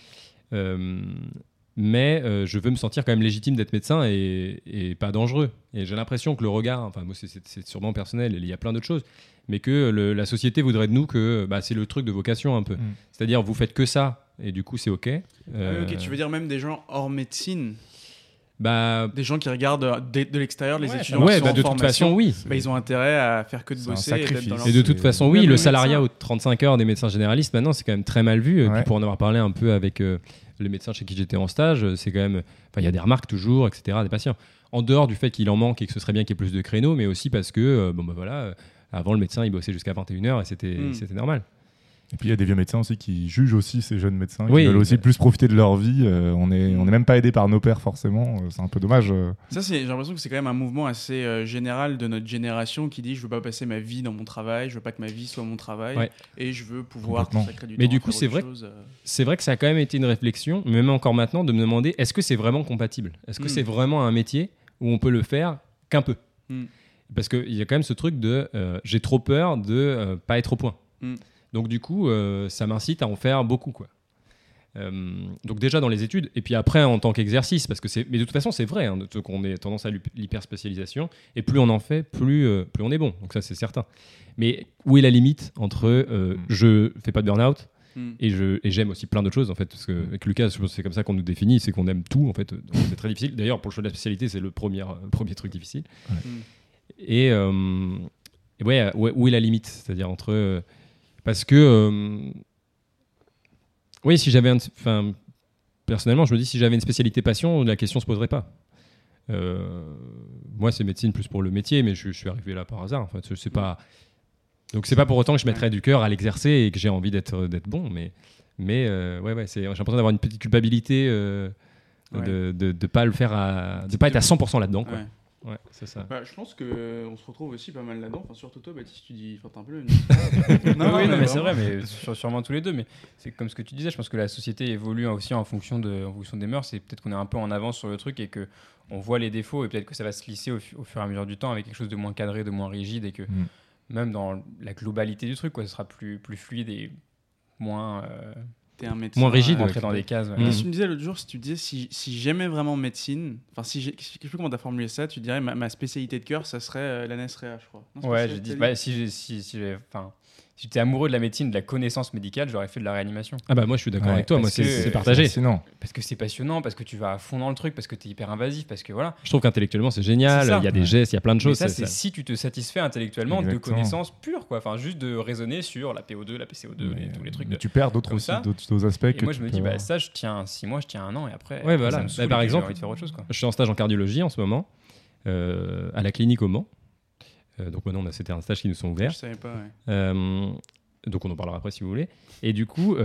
mais je veux me sentir quand même légitime d'être médecin et pas dangereux. Et j'ai l'impression que le regard, enfin, moi, c'est sûrement personnel, il y a plein d'autres choses, mais que la société voudrait de nous que c'est le truc de vocation un peu. C'est-à-dire, vous faites que ça, et du coup, c'est OK. Ok, tu veux dire même des gens hors médecine, des gens qui regardent de l'extérieur les étudiants qui sont en de toute façon, oui. Ils ont intérêt à faire que de bosser et d'être dans leur... Et de toute façon, oui, le salariat aux 35 heures des médecins généralistes, maintenant, c'est quand même très mal vu. Et puis, pour en avoir parlé un peu avec les médecins chez qui j'étais en stage, c'est quand même... il y a des remarques toujours, etc., des patients. En dehors du fait qu'il en manque et que ce serait bien qu'il y ait plus de créneaux, mais aussi parce que, avant, le médecin, il bossait jusqu'à 21h et c'était normal. Et puis il y a des vieux médecins aussi qui jugent aussi ces jeunes médecins, qui veulent aussi plus profiter de leur vie. On est même pas aidé par nos pairs forcément. C'est un peu dommage. Ça, j'ai l'impression que c'est quand même un mouvement assez général de notre génération qui dit je veux pas passer ma vie dans mon travail, je veux pas que ma vie soit mon travail, et je veux pouvoir consacrer du temps. Mais du coup, c'est vrai que ça a quand même été une réflexion, même encore maintenant, de me demander est-ce que c'est vraiment compatible ? Est-ce que c'est vraiment un métier où on peut le faire qu'un peu ? Parce qu'il y a quand même ce truc de j'ai trop peur de pas être au point. Donc du coup, ça m'incite à en faire beaucoup, quoi. Donc déjà dans les études, et puis après en tant qu'exercice, mais de toute façon c'est vrai, qu'on ait tendance à l'hyperspécialisation, et plus on en fait, plus on est bon. Donc ça c'est certain. Mais où est la limite entre je fais pas de burn-out et j'aime aussi plein d'autres choses, en fait, parce qu'avec Lucas, je pense que c'est comme ça qu'on nous définit, c'est qu'on aime tout, en fait. Donc, c'est très difficile. D'ailleurs, pour le choix de la spécialité, c'est le premier truc difficile. Et où est la limite ? C'est-à-dire entre... parce que... oui, si j'avais... personnellement, je me dis, si j'avais une spécialité passion, la question ne se poserait pas. Moi, c'est médecine plus pour le métier, mais je suis arrivé là par hasard. En fait. C'est pas... Donc, c'est pas pour autant que je mettrais du cœur à l'exercer et que j'ai envie d'être bon. Mais j'ai l'impression d'avoir une petite culpabilité de pas le faire de pas être à 100% là-dedans, quoi. Ouais, c'est ça. Je pense qu'on se retrouve aussi pas mal là-dedans. Enfin, surtout toi, Baptiste, tu dis un peu le... mais c'est vrai, mais sûrement tous les deux. Mais c'est comme ce que tu disais, je pense que la société évolue aussi en fonction des mœurs. C'est peut-être qu'on est un peu en avance sur le truc et qu'on voit les défauts et peut-être que ça va se lisser au fur et à mesure du temps avec quelque chose de moins cadré, de moins rigide et que même dans la globalité du truc, ce sera plus fluide et moins... T'es un médecin, moins rigide, rentrer dans des cases. Tu me disais l'autre jour, si j'aimais vraiment médecine, enfin je sais plus comment t'as formulé ça, tu dirais ma spécialité de cœur, ça serait l'ANSREA, je crois. Non, ouais, j'ai dit si j'étais amoureux de la médecine, de la connaissance médicale, j'aurais fait de la réanimation. Ah bah moi je suis d'accord avec toi, moi c'est partagé. Parce que c'est passionnant, parce que tu vas à fond dans le truc, parce que t'es hyper invasif, parce que voilà. Je trouve qu'intellectuellement c'est génial, il y a des gestes, il y a plein de choses. Mais ça, c'est si tu te satisfais intellectuellement de connaissances pures, quoi. Enfin, juste de raisonner sur la PO2, la PCO2, tous les trucs. Mais tu perds d'autres aspects. Et moi je me dis, ça je tiens 6 mois, je tiens 1 an et après. Ouais, voilà. Par exemple, j'ai envie de faire autre chose, quoi. Je suis en stage en cardiologie en ce moment, à la clinique au Mans. Donc maintenant c'était un stage qui nous sont ouverts. Je savais pas, donc on en parlera après si vous voulez. Et du coup,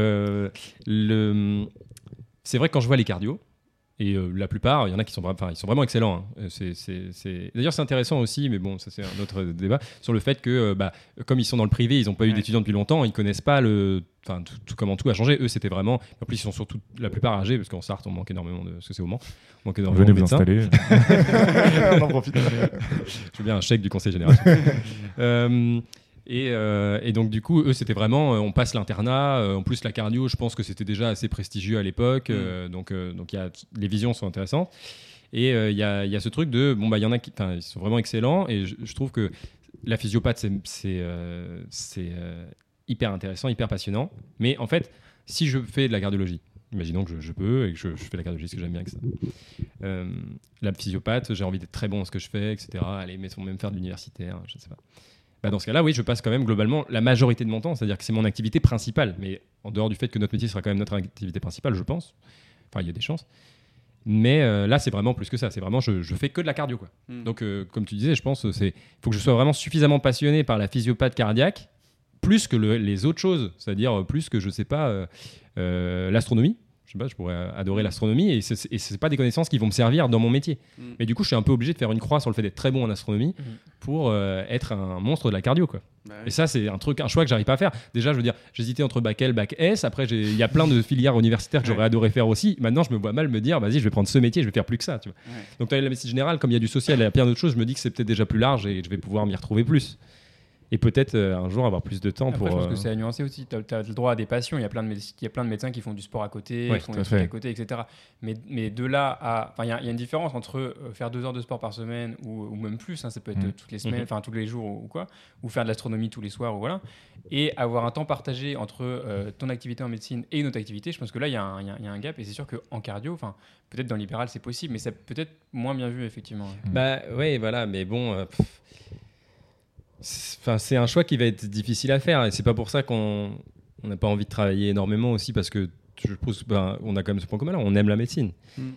c'est vrai que quand je vois les cardios, et la plupart, il y en a qui sont vraiment excellents. Hein. D'ailleurs, c'est intéressant aussi, mais bon, ça c'est un autre débat, sur le fait que, comme ils sont dans le privé, ils n'ont pas eu d'étudiants depuis longtemps, ils ne connaissent pas comment tout a changé. Eux, c'était vraiment... En plus, ils sont surtout la plupart âgés, parce qu'en Sarthe, on manque énormément parce que c'est au Mans, on manque énormément de médecins. Venez vous installer. On en profite. Je veux bien un chèque du conseil général. Et donc du coup, eux, c'était vraiment, on passe l'internat. En plus, la cardio, je pense que c'était déjà assez prestigieux à l'époque. Donc les visions sont intéressantes. Et il y a ce truc de, bon, bah, il y en a qui ils sont vraiment excellents. Et je trouve que la physiopathe, c'est hyper intéressant, hyper passionnant. Mais en fait, si je fais de la cardiologie, imaginons que je peux et que je fais de la cardiologie, ce que j'aime bien avec ça. La physiopathe, j'ai envie d'être très bon dans ce que je fais, etc. Aller même faire de l'universitaire, je ne sais pas. Bah dans ce cas-là, oui, je passe quand même globalement la majorité de mon temps, c'est-à-dire que c'est mon activité principale, mais en dehors du fait que notre métier sera quand même notre activité principale, je pense. Enfin, il y a des chances. Mais là, c'est vraiment plus que ça. C'est vraiment, je fais que de la cardio, quoi. Donc, comme tu disais, je pense il faut que je sois vraiment suffisamment passionné par la physiopathe cardiaque, plus que les autres choses, c'est-à-dire plus que, je sais pas, l'astronomie. Je sais pas, je pourrais adorer l'astronomie et c'est pas des connaissances qui vont me servir dans mon métier. Mais du coup, je suis un peu obligé de faire une croix sur le fait d'être très bon en astronomie pour être un monstre de la cardio, quoi. Bah oui. Et ça, c'est un choix que j'arrive pas à faire. Déjà, je veux dire, j'hésitais entre bac L, bac S. Après, il y a plein de filières universitaires que j'aurais adoré faire aussi. Maintenant, je me vois mal me dire, vas-y, je vais prendre ce métier, je vais faire plus que ça. Tu vois. Donc, tu as la médecine générale, comme il y a du social et il y a plein d'autres choses, je me dis que c'est peut-être déjà plus large et je vais pouvoir m'y retrouver plus. Et peut-être un jour avoir plus de temps Après, pour. je pense que c'est à nuancer aussi. Tu as le droit à des passions. Il y a plein de médecins qui font du sport à côté, Ouais, qui font tout des à trucs fait. à côté, etc. Mais de là à. Enfin, il y a une différence entre faire 2 heures de sport par semaine ou même plus, hein, ça peut être toutes les semaines, enfin tous les jours ou quoi, ou faire de l'astronomie tous les soirs, ou voilà, et avoir un temps partagé entre ton activité en médecine et une autre activité. Je pense que là, il y a un gap. Et c'est sûr qu'en cardio, peut-être dans l'ibéral, c'est possible, mais c'est peut-être moins bien vu, effectivement. Bah, ouais, voilà, mais bon. C'est un choix qui va être difficile à faire et c'est pas pour ça qu'on n'a pas envie de travailler énormément aussi parce que je pense on a quand même ce point commun là, on aime la médecine.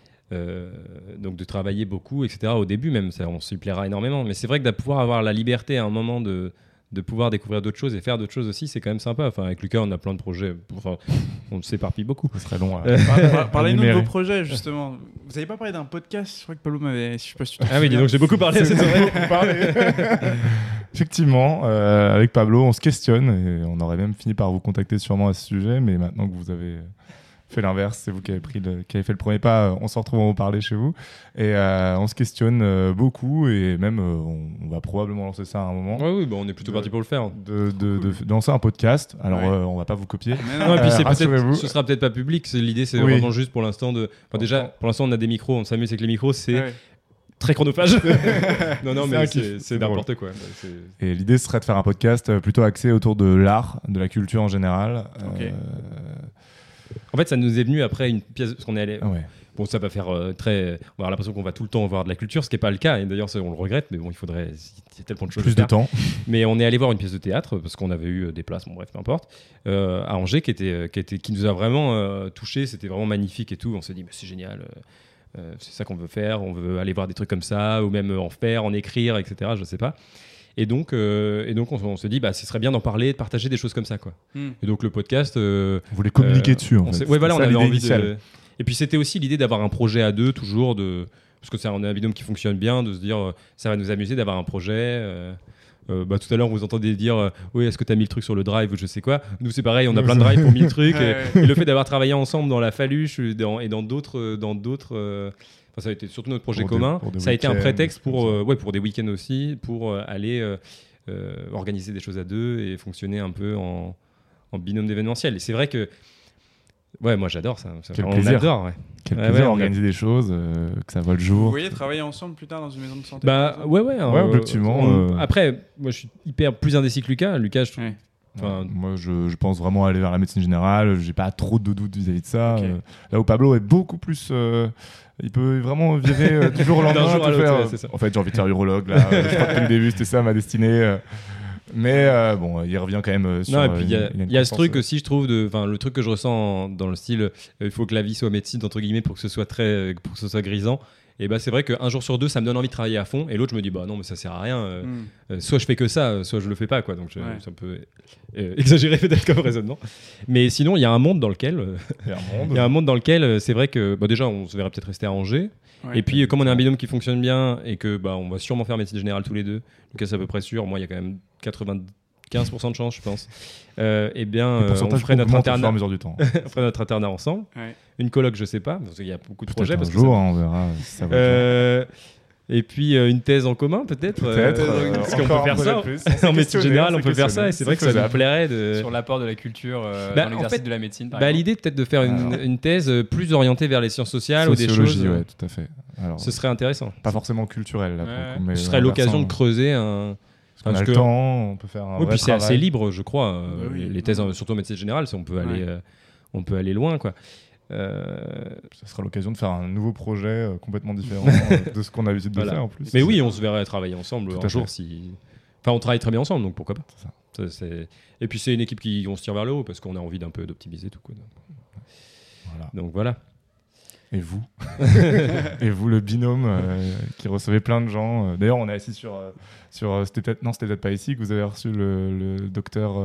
Donc de travailler beaucoup, etc. Au début même, on s'y plaira énormément. Mais c'est vrai que de pouvoir avoir la liberté à un moment de pouvoir découvrir d'autres choses et faire d'autres choses aussi, c'est quand même sympa. Enfin, avec Lucas, on a plein de projets. Enfin, on s'éparpille beaucoup. Ce serait long. Parlez-nous de énumérer. vos projets, justement. Vous n'avez pas parlé d'un podcast? Je crois que Pablo m'avait. Je sais pas si tu te Ah oui, dis donc, j'ai beaucoup parlé à cette oreille. Effectivement, avec Pablo, on se questionne et on aurait même fini par vous contacter sûrement à ce sujet, mais maintenant que vous avez fait l'inverse, c'est vous qui avez fait le premier pas, on se retrouve à en parler chez vous et on se questionne beaucoup et même on va probablement lancer ça à un moment. Oui, on est plutôt parti pour le faire. De lancer un podcast. Alors on va pas vous copier. Non, et puis rassurez-vous. ce sera peut-être pas public. L'idée, c'est Oui. vraiment juste pour l'instant de. Enfin, déjà, pour l'instant, on a des micros, on s'amuse avec les micros, c'est Ouais. très chronophage. non, C'est mais un kiff, c'est c'est n'importe quoi. Et l'idée serait de faire un podcast plutôt axé autour de l'art, de la culture en général. Ok. En fait, ça nous est venu après une pièce parce qu'on est allé. Ouais. Bon, ça va faire très. On va avoir l'impression qu'on va tout le temps voir de la culture, ce qui n'est pas le cas. Et d'ailleurs, on le regrette, mais bon, il faudrait. Il y a tellement de choses. Plus à de faire. temps. Mais on est allé voir une pièce de théâtre parce qu'on avait eu des places, bon bref, peu importe, à Angers, qui nous a vraiment touchés. C'était vraiment magnifique et tout. On s'est dit, bah, c'est génial. C'est ça qu'on veut faire. On veut aller voir des trucs comme ça, ou même en faire, en écrire, etc. Je sais pas. Et donc on se dit, bah, ce serait bien d'en parler, de partager des choses comme ça, quoi. Et donc le podcast. Vous voulez communiquer dessus, en fait. Ouais, voilà, on C'est ça, avait l'idée envie initiale. de. Et puis c'était aussi l'idée d'avoir un projet à deux, toujours parce que c'est un binôme qui fonctionne bien, de se dire, ça va nous amuser d'avoir un projet. Tout à l'heure, vous entendez dire oui, est-ce que tu as mis le truc sur le drive ou je sais quoi. Nous, c'est pareil, on a plein de drives pour 1000 trucs. Et le fait d'avoir travaillé ensemble dans la Faluche et dans d'autres. Ça a été surtout notre projet commun. pour des Ça a été un week-ends, prétexte comme pour des week-ends aussi, pour aller organiser des choses à deux et fonctionner un peu en binôme d'événementiel. Et c'est vrai que. Ouais, moi j'adore ça. Quel On plaisir. adore, ouais. Quel Ouais, plaisir ouais, d'organiser des choses, que ça voit le Vous jour. voyez travailler ensemble plus tard dans une maison de santé? Bah ouais, objectivement, Après, moi je suis hyper plus indécis que Lucas. Lucas, je trouve. Ouais. Enfin, Moi, je pense vraiment aller vers la médecine générale. J'ai pas trop de doutes vis-à-vis de ça. Ok. Là où Pablo est beaucoup plus. Il peut vraiment virer du jour au lendemain. D'un jour à tout l'autre, faire. ouais, c'est ça. En fait, j'ai envie de faire urologue. Là. Je crois que depuis le début, c'était ça ma destinée. Mais bon, il revient quand même sur. Non, et puis il une y a ce constance, truc aussi, je trouve, le truc que je ressens dans le style, il faut que la vie soit médecine entre guillemets pour que ce soit grisant. Et bah c'est vrai qu'un jour sur deux, ça me donne envie de travailler à fond. Et l'autre, je me dis bah non, mais ça sert à rien. Soit je fais que ça, soit je le fais pas, quoi. Donc c'est un peu exagéré peut-être comme raisonnement. Mais sinon, il y a un monde dans lequel, c'est vrai que déjà, on se verrait peut-être rester à Angers. Ouais. Et puis, comme on est un binôme qui fonctionne bien et que on va sûrement faire médecine générale tous les deux, Lucas c'est à peu près sûr, moi il y a quand même 95% de chance, je pense. Eh bien, Le on pourcentage ferait notre augmente au fur et à internat, mesure du temps. on ferait notre internat ensemble. Ouais. Une coloc, je sais pas, parce qu'il y a beaucoup de projets. Peut-être un Parce que jour, on verra si ça va. Et puis une thèse en commun peut-être. Parce qu'on peut faire ça. En médecine générale, on peut faire ça. Et c'est vrai que ça nous plairait de... Sur l'apport de la culture dans l'exercice de la médecine, par exemple. L'idée peut-être de faire une thèse plus orientée vers les sciences sociales ou des choses. Ouais, tout à fait. Alors, ce serait intéressant. Pas forcément culturel là. Mais ce serait l'occasion de creuser un. Parce qu'on a le temps, on peut faire un. Oui, puis c'est travail. assez libre, je crois. Les thèses, surtout en médecine générale, on peut aller loin, quoi. Ça sera l'occasion de faire un nouveau projet complètement différent de ce qu'on a l'habitude de faire en plus. Mais oui, on se verrait travailler ensemble un jour si. Enfin, on travaille très bien ensemble, donc pourquoi pas. C'est ça. Et puis c'est une équipe qui on se tire vers le haut parce qu'on a envie d'un peu d'optimiser tout, quoi. Donc voilà. Et vous Et vous, le binôme qui recevait plein de gens. D'ailleurs, on est assis sur c'était peut-être pas ici que vous avez reçu le docteur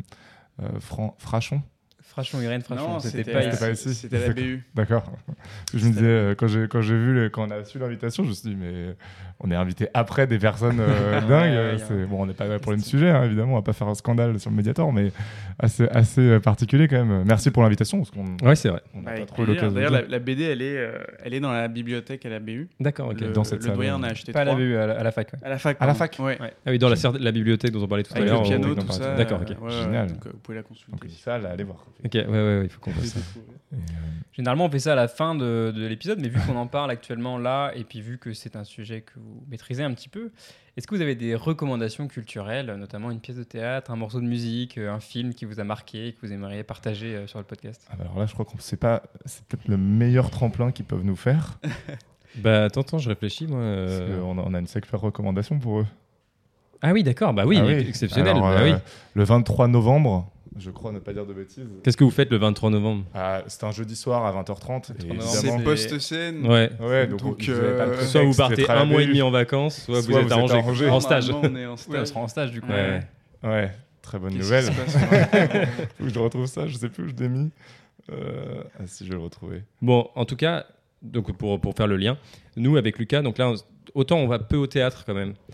Frachon. Irène Frachon, non, c'était pas ici. C'était à la BU. D'accord. Je me disais, quand on a su l'invitation, je me suis dit, mais on est invité après des personnes dingues. Bon, on n'est pas là pour le sujet, hein, évidemment, on va pas faire un scandale sur le Mediator, mais assez particulier quand même. Merci pour l'invitation. Ouais, c'est vrai. On n'a pas trop l'occasion. D'ailleurs, la BD, elle est dans la bibliothèque à la BU. D'accord, ok. Dans cette salle. Le doyen en a acheté pas 3. à la BU, à la fac. À la fac. À la fac. Ouais. Ah oui, dans la bibliothèque dont on parlait tout à Avec l'heure. le piano, tout ça. D'accord, ok. Génial. Donc, vous pouvez la consulter. Donc, ça, allez voir. Ok, ouais, il faut qu'on fasse ça. Généralement, on fait ça à la fin de l'épisode, mais vu qu'on en parle actuellement là, et puis vu que c'est un sujet que vous maîtrisez un petit peu, est-ce que vous avez des recommandations culturelles, notamment une pièce de théâtre, un morceau de musique, un film qui vous a marqué et que vous aimeriez partager sur le podcast ? Alors là, je crois que c'est peut-être le meilleur tremplin qu'ils peuvent nous faire. Bah, attends, je réfléchis, moi. On a une super recommandation pour eux. Ah oui, d'accord, bah oui, exceptionnel. Alors, le 23 novembre, je crois ne pas dire de bêtises. Qu'est-ce que vous faites le 23 novembre ? C'est un jeudi soir à 20h30. C'est post-scène. Ouais, donc vous avez pas le prétexte, soit vous partez un mois et demi BU. en vacances, soit vous Soit êtes vous êtes arrangé. en stage. On est en Oui, on stage. sera en stage du coup. Ouais, très bonne Qu'est-ce nouvelle. qui se passe ? Faut que je retrouve ça, je sais plus où je l'ai mis. Si je vais le retrouver. Bon, en tout cas, donc pour faire le lien, nous avec Lucas, donc là, autant on va peu au théâtre quand même.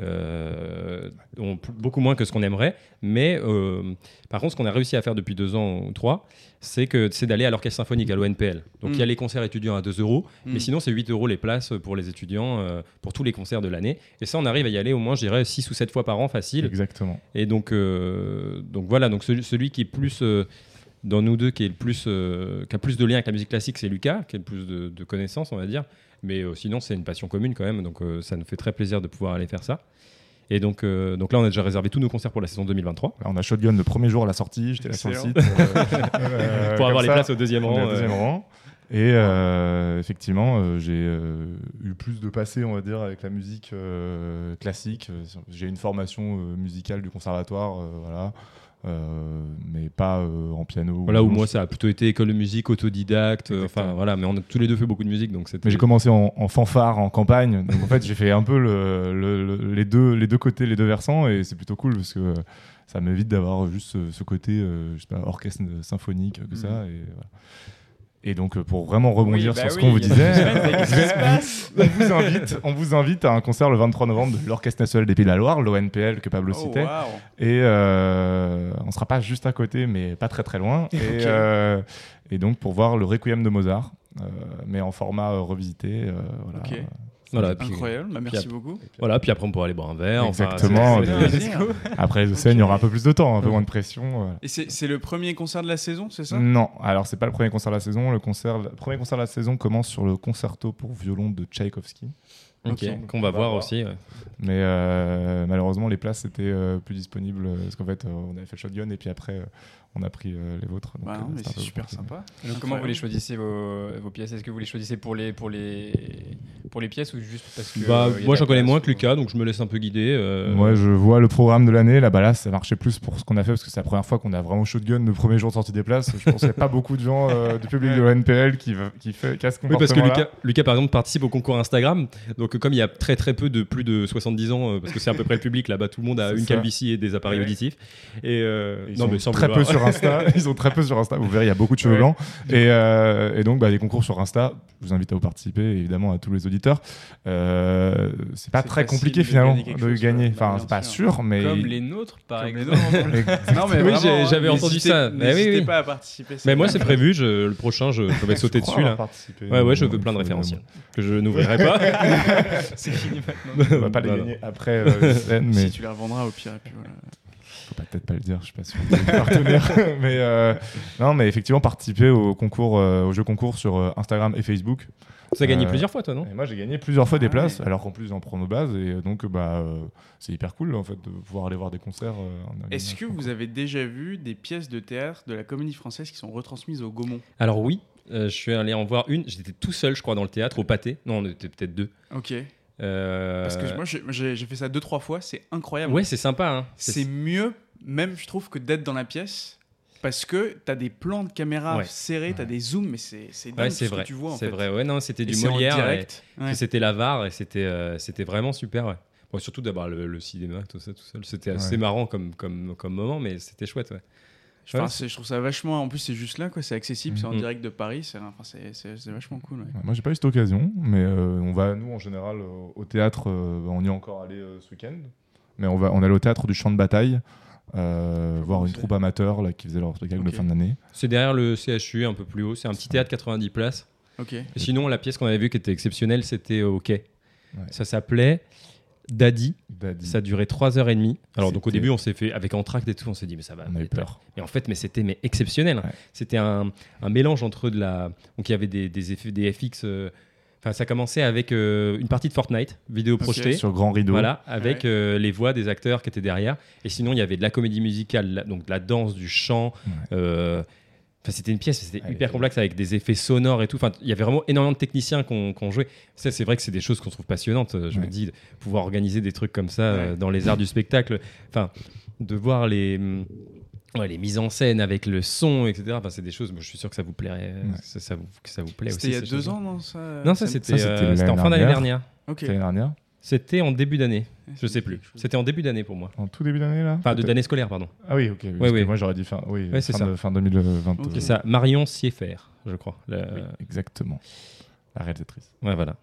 Beaucoup moins que ce qu'on aimerait, mais par contre ce qu'on a réussi à faire depuis 2 ans ou 3, c'est d'aller à l'orchestre symphonique à l'ONPL. Donc il y a les concerts étudiants à 2 €, mais sinon c'est 8 € les places pour les étudiants pour tous les concerts de l'année, et ça on arrive à y aller au moins je dirais 6 ou 7 fois par an facile. Exactement. Et donc voilà, donc celui qui est plus dans nous deux qui a plus de lien avec la musique classique, c'est Lucas, qui a le plus de connaissances, on va dire. Mais sinon, c'est une passion commune quand même, donc ça nous fait très plaisir de pouvoir aller faire ça. Et donc là, on a déjà réservé tous nos concerts pour la saison 2023. On a shotgun le premier jour à la sortie, j'étais là sur le site. Pour avoir les places au deuxième rang. Et effectivement, j'ai eu plus de passé, on va dire, avec la musique classique. J'ai une formation musicale du conservatoire, voilà. Mais pas en piano. Voilà, où moi ça a plutôt été école de musique, autodidacte, enfin voilà, mais on a tous les deux fait beaucoup de musique, donc c'était. Mais j'ai commencé en fanfare, en campagne, donc en fait j'ai fait un peu les deux côtés, les deux versants, et c'est plutôt cool parce que ça m'évite d'avoir juste ce côté, je sais pas, orchestre symphonique que ça, et voilà. Et donc, pour vraiment rebondir sur ce qu'on vous disait, on vous invite à un concert le 23 novembre de l'Orchestre National des Pays de la Loire, l'ONPL que Pablo citait. Wow. Et on ne sera pas juste à côté, mais pas très très loin. Et donc, pour voir le Requiem de Mozart, mais en format revisité. Voilà. Okay. Voilà, incroyable, merci beaucoup. Voilà, puis après on pourra aller boire un verre. Exactement. Après les scènes, il y aura un peu plus de temps, un peu moins de pression. Et c'est le premier concert de la saison, c'est ça ? Non, alors c'est pas le premier concert de la saison. Le premier concert de la saison commence sur le concerto pour violon de Tchaïkovski. Qu'on va voir aussi. Ouais. Mais malheureusement, les places étaient plus disponibles parce qu'en fait, on avait fait le shotgun et puis après, on a pris les vôtres. Donc, mais c'est super sympa. Donc, comment vous les choisissez vos pièces ? Est-ce que vous les choisissez pour les pièces ou juste parce que moi, j'en connais moins que Lucas, donc je me laisse un peu guider. Moi, je vois le programme de l'année. Là, ça marchait plus pour ce qu'on a fait parce que c'est la première fois qu'on a vraiment shotgun le premier jour de sortie des places. Je pense qu'il n'y a pas beaucoup de gens du public de l'ONPL qui a ce comportement-là. Oui, parce que Lucas, par exemple, participe au concours Instagram. Donc, comme il y a très très peu de plus de 70 ans, parce que c'est à peu près le public, là-bas, tout le monde a une calvitie et des appareils auditifs. Et ils sont très peu sur Insta. Ils ont très peu sur Insta. Vous verrez, il y a beaucoup de cheveux blancs. Et donc, des concours sur Insta, je vous invite à vous participer, évidemment, à tous les auditeurs. C'est pas très compliqué finalement de gagner. Enfin, c'est pas sûr, mais. Comme les nôtres, par exemple. Non, mais oui, j'avais entendu ça. N'hésitez pas à participer. Mais moi, c'est prévu. Le prochain, je vais sauter dessus là. Ouais, je veux plein de référentiels que je n'ouvrirai pas. C'est fini maintenant. On va pas les Non, gagner après les scènes, mais Si tu les revendras au pire. Et puis voilà. faut peut-être pas le dire, je suis pas sûr de partenaire. Mais non, mais effectivement, participer au concours, au jeu concours sur Instagram et Facebook. Tu as gagné plusieurs fois, toi, non? Et moi, j'ai gagné plusieurs fois des Ah places, ouais. alors qu'en plus, j'en prends nos bases. Et donc, c'est hyper cool, en fait, de pouvoir aller voir des concerts. Est-ce que vous avez déjà vu des pièces de théâtre de la Comédie Française qui sont retransmises au Gaumont? Alors oui, je suis allé en voir une. J'étais tout seul, je crois, dans le théâtre, au Pâté. Non, on était peut-être deux. Ok. Parce que moi, j'ai fait ça 2-3 fois, c'est incroyable. Ouais, c'est sympa. Hein. C'est mieux, même, je trouve, que d'être dans la pièce. Parce que t'as des plans de caméra Ouais. serrés, t'as des zooms, mais c'est dingue Ouais, tout c'est ce vrai. que tu vois en C'est fait. vrai. Ouais, non, c'était Et du c'est en Molière. direct. Puis Ouais. c'était la VAR et c'était vraiment super. Ouais. Bon, surtout d'avoir le cinéma, tout ça, tout seul. C'était assez Ouais. marrant comme moment, mais c'était chouette. Ouais. Enfin, je trouve ça vachement. En plus, c'est juste là, quoi. C'est accessible, c'est en Mhm. direct de Paris. C'est vachement cool. Ouais. Ouais, moi, j'ai pas eu cette occasion, mais on va, nous, en général, au théâtre, on y est encore allé ce week-end. Mais on allait au théâtre du Champ de Bataille, voir une c'est troupe amateur là, qui faisait leur spectacle de Ok. fin d'année. C'est derrière le CHU, un peu plus haut. C'est un petit théâtre 90 places. Ok. Et sinon, la pièce qu'on avait vue qui était exceptionnelle, c'était au Quai. Ouais. Ça s'appelait Daddy. Daddy. Ça durait 3h30. Alors, donc au C'était- début, on s'est fait, avec Entracte et tout, on s'est dit, mais ça va. On a eu peur. Et en fait, c'était exceptionnel. Ouais. C'était un mélange entre de la. Donc il y avait des effets, des FX. Enfin, ça commençait avec une partie de Fortnite, vidéo projetée. Sur grand rideau. Voilà, avec les voix des acteurs qui étaient derrière. Et sinon, il y avait de la comédie musicale, donc de la danse, du chant. Enfin, c'était une pièce, c'était hyper complexe avec des effets sonores et tout. Enfin, il y avait vraiment énormément de techniciens qui ont joué. Ça, c'est vrai que c'est des choses qu'on trouve passionnantes. Je me dis, de pouvoir organiser des trucs comme ça dans les arts du spectacle. Enfin, de voir les mises en scène avec le son, etc. Enfin, c'est des choses, moi, je suis sûr que ça vous plairait. Que ça vous plaît aussi. C'était il y a ces 2 choses-là. ans, non ça Non, ça c'était l'année en fin d'année dernière. Ok. C'était l'année dernière. C'était en début d'année. Je ça sais me dit plus. quelque chose. C'était en début d'année pour moi. En tout début d'année, là Enfin, peut-être d'année scolaire, pardon. Ah oui, ok. Oui, Ouais, parce que oui. moi, j'aurais dit fin, Ouais, c'est ça. fin 2020. Ok. C'est ça, Marion Sieffert, je crois. Exactement. La réalisatrice. Ouais, voilà.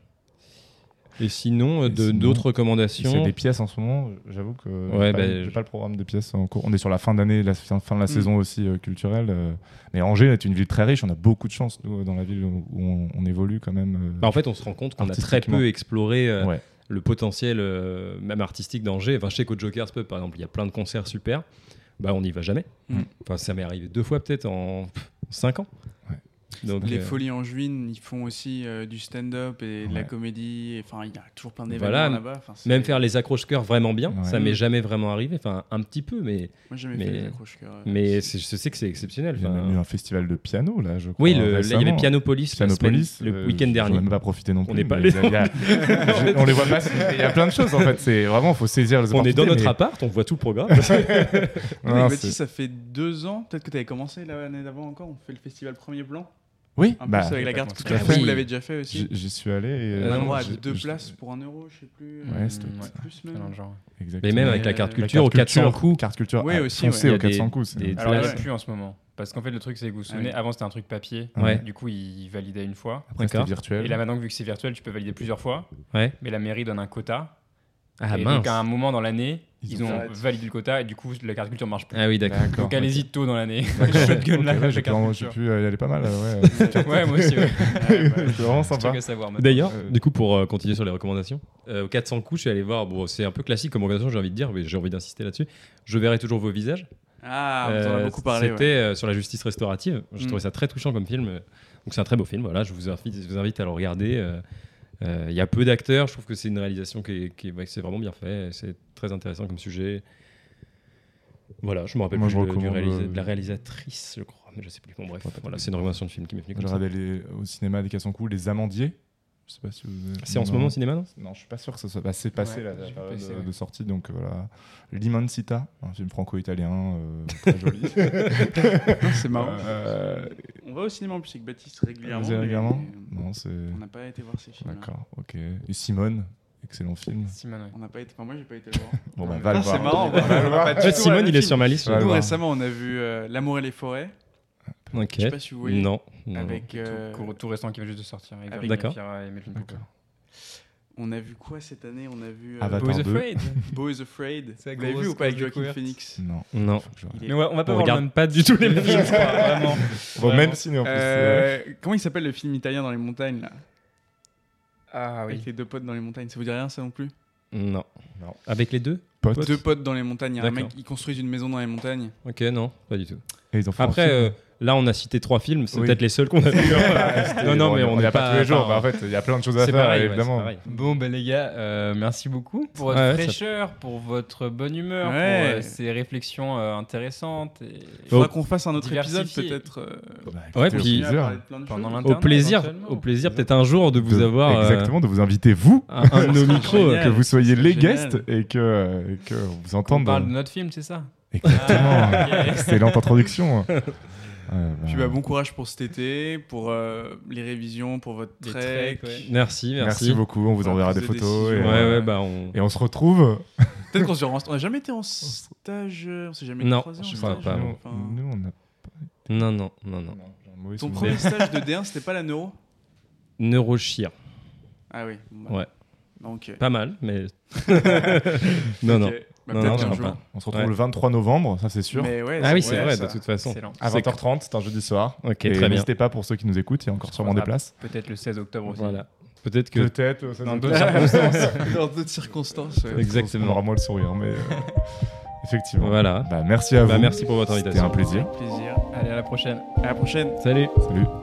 Et sinon, Et sinon, d'autres C'est recommandations. des pièces en ce moment, j'avoue que Ouais, j'ai pas le programme des pièces en cours. On est sur la fin d'année, la fin de la Mm. saison aussi culturelle. Mais Angers est une ville très riche, on a beaucoup de chance nous, dans la ville où on évolue quand même. Bah, en fait, on se rend compte qu'on a très Artistiquement. peu exploré Ouais. le potentiel, même artistique d'Angers. Enfin, je sais qu'au Joker's Pub, par exemple, il y a plein de concerts super. Bah, on n'y va jamais. Mm. Enfin, ça m'est arrivé 2 fois peut-être en 5 ans. Ouais. Donc, Les Folies Angevines, ils font aussi du stand-up et de la Ouais. comédie. Enfin, il y a toujours plein d'événements Voilà. là-bas. Enfin, c'est- même faire les accroche-cœurs vraiment bien, Ouais. ça m'est jamais vraiment arrivé. Enfin, un petit peu, mais Moi, j'ai jamais mais- fait les accroche-cœurs. je sais que c'est exceptionnel. Il y a Enfin, même eu un festival de piano là, je crois. oui, il y avait récemment. Pianopolis, Pianopolis, le week-end j'en ai dernier. même pas profité non plus. On n'est pas mais allé. on les voit pas. Il y a plein de choses en fait. C'est vraiment, faut saisir les On est opportunités. dans notre mais- appart, on voit tout le programme. Oui, Non, Baptiste, c'est- ça fait 2 ans. Peut-être que tu avais commencé l'année d'avant encore. On fait le festival Premier Plan. Oui, Un bah, peu avec la carte tout culture. à fait. Vous l'avez déjà fait aussi. j'y suis allé. Et, On a non, droit à j'ai- 2 j'ai- places pour 1 euro, je sais plus. Ouais, c'était plus C'est même. dans le genre. Exactement. Mais même avec la la carte carte culture, aux 400 coups. Carte culture. Oui, ah, aussi, foncez ouais. aux Il y a 400 coups. des- Alors, il n'y en a places. plus en ce moment. Parce qu'en fait, le truc, c'est que vous vous souvenez, oui. avant, c'était un truc papier. Ouais. Du coup, ils validaient une fois. Après, c'était D'accord. virtuel. Et là, maintenant, vu que c'est virtuel, tu peux valider plusieurs fois. Ouais. Mais la mairie donne un quota. Ah et mince. donc, à un moment dans l'année, Ils ils ont ont fait- validé le quota. Et du coup, la carte culture marche plus. Ah oui, d'accord. Donc, allez-y tôt dans l'année. D'accord. Shotgun, Ok, là, ouais, la j'ai carte pu culture. y aller pas mal. Ouais, Ouais, moi aussi. Ouais. Ouais, bah, c'est vraiment C'est un sympa. truc à savoir maintenant. D'ailleurs, du coup, pour continuer sur les recommandations, au 400 coups, je suis allé voir. Bon, c'est un peu classique comme organisation, j'ai envie de dire, mais j'ai envie d'insister là-dessus. Je verrai toujours vos visages. Ah, on en a beaucoup parlé. C'était ouais. sur la justice restaurative. J'ai Mm. trouvé ça très touchant comme film. Donc c'est un très beau film. Voilà, je vous invite à le regarder. Il y a peu d'acteurs. Je trouve que c'est une réalisation c'est vraiment bien fait. C'est très intéressant comme sujet. Voilà, je me rappelle Moi, plus je de recommande, la réalisatrice, je crois, mais je sais plus. Bon, bref, voilà, c'est une recommandation de film qui m'est venue Je comme ça. regardais au cinéma des 400 coups, Les Amandiers. Je sais pas si vous. C'est en ce moment au cinéma, non? Non, je suis pas sûr que ça soit passé Ouais, la j'ai période passé, ouais. de sortie. Donc voilà. L'Immensità, un film franco-italien très joli. C'est marrant. Euh, On va au cinéma en plus avec Baptiste régulièrement. Vous allez régulièrement mais Non, c'est. On n'a pas été voir ces films. D'accord, ok. Et Simone, excellent film. Simone, ouais. On n'a pas été. Enfin, moi, j'ai pas été le voir. Bon, bah, Ah, va le voir. c'est marrant. Va le voir. Pas du En fait, tout Simone, le il est film. sur ma liste. Ouais. Nous, voir. récemment, on a vu L'amour et les forêts. Ok. Je sais pas si vous voyez. Non. Avec. Tout récent qui vient juste de sortir. Avec- D'accord. Fira et Melvin Pouper. On a vu quoi cette année? On a vu Avatar. Boys 2. Afraid. Boys Afraid. C'est la Vous l'avez grosse vu ou pas avec grosse Joaquin découverte. Phoenix? Non. Non. Faut que je regarde. Il est- Mais on va pas On voir regarde le même pas du tout les mêmes film, je crois, vraiment. Bon, même ciné en plus. Comment il s'appelle le film italien dans les montagnes là? Ah Avec les deux potes dans les montagnes. Ça vous dit rien, ça non plus? Non. Non. Avec les deux? Potes. Deux potes dans les montagnes. Il y a un D'accord. mec, ils construisent une maison dans les montagnes. Ok, non, pas du tout. Et ils ont fait un Après, film. là, on a cité 3 films, c'est Oui. peut-être les seuls qu'on a vus. Non, mais on n'y n'est a pas tous les jours. enfin, Bah, en fait, il y a plein de choses à c'est faire, pareil, ouais, évidemment. c'est pareil. Bon, ben les gars, merci beaucoup pour votre Ouais, ça- fraîcheur, pour votre bonne humeur, Ouais. pour ces réflexions intéressantes. Et... Il faudra qu'on fasse un autre épisode, Diversifié. peut-être. Bah, Ouais, écoutez, puis- au plaisir. Pendant Au l'internat, plaisir, éventuellement. peut-être un jour de vous avoir Exactement, de vous inviter, vous, un de nos micros. Génial. que vous soyez les Génial. guests et que on vous On entende. parle de notre film, c'est ça? Exactement. Ah, ok. Excellente introduction. Puis bon courage pour cet été, pour les révisions, pour votre Des trek. treks, ouais. Merci. Merci beaucoup. On vous Voilà, enverra prise des de photos. décision. Ouais, bah on. Et on se retrouve. Peut-être qu'on se dira, on n'a jamais été en stage. On s'est jamais Non, croisés en je stage. crois pas, Nous, Enfin, nous, on a. Non. j'ai un mauvais Ton souvenir. premier stage de D1, c'était pas la neuro? Neurochir. Ah oui. Bon, bah, Ouais. Ok. Pas mal, mais. non. Ok. Bah, Non, peut-être non, je un crois jour. pas. On se retrouve Ouais. le 23 novembre, ça c'est sûr. Mais ouais, Ah oui, ouais, c'est vrai, ça. de toute façon. Excellent. À 20h30, c'est un jeudi soir. Ok, Et très bien. n'hésitez pas pour ceux qui nous écoutent, il y a encore sûrement des places. Peut-être le 16 octobre aussi. Voilà. Peut-être que. Peut-être, ça Dans nous- d'autres circonstances. Dans d'autres circonstances. ouais. Exactement. On aura moins le sourire, mais effectivement. Voilà. Bah, merci à vous. Merci pour votre C'était invitation. un plaisir. Plaisir. Allez, à la prochaine. À la prochaine. Salut. Salut.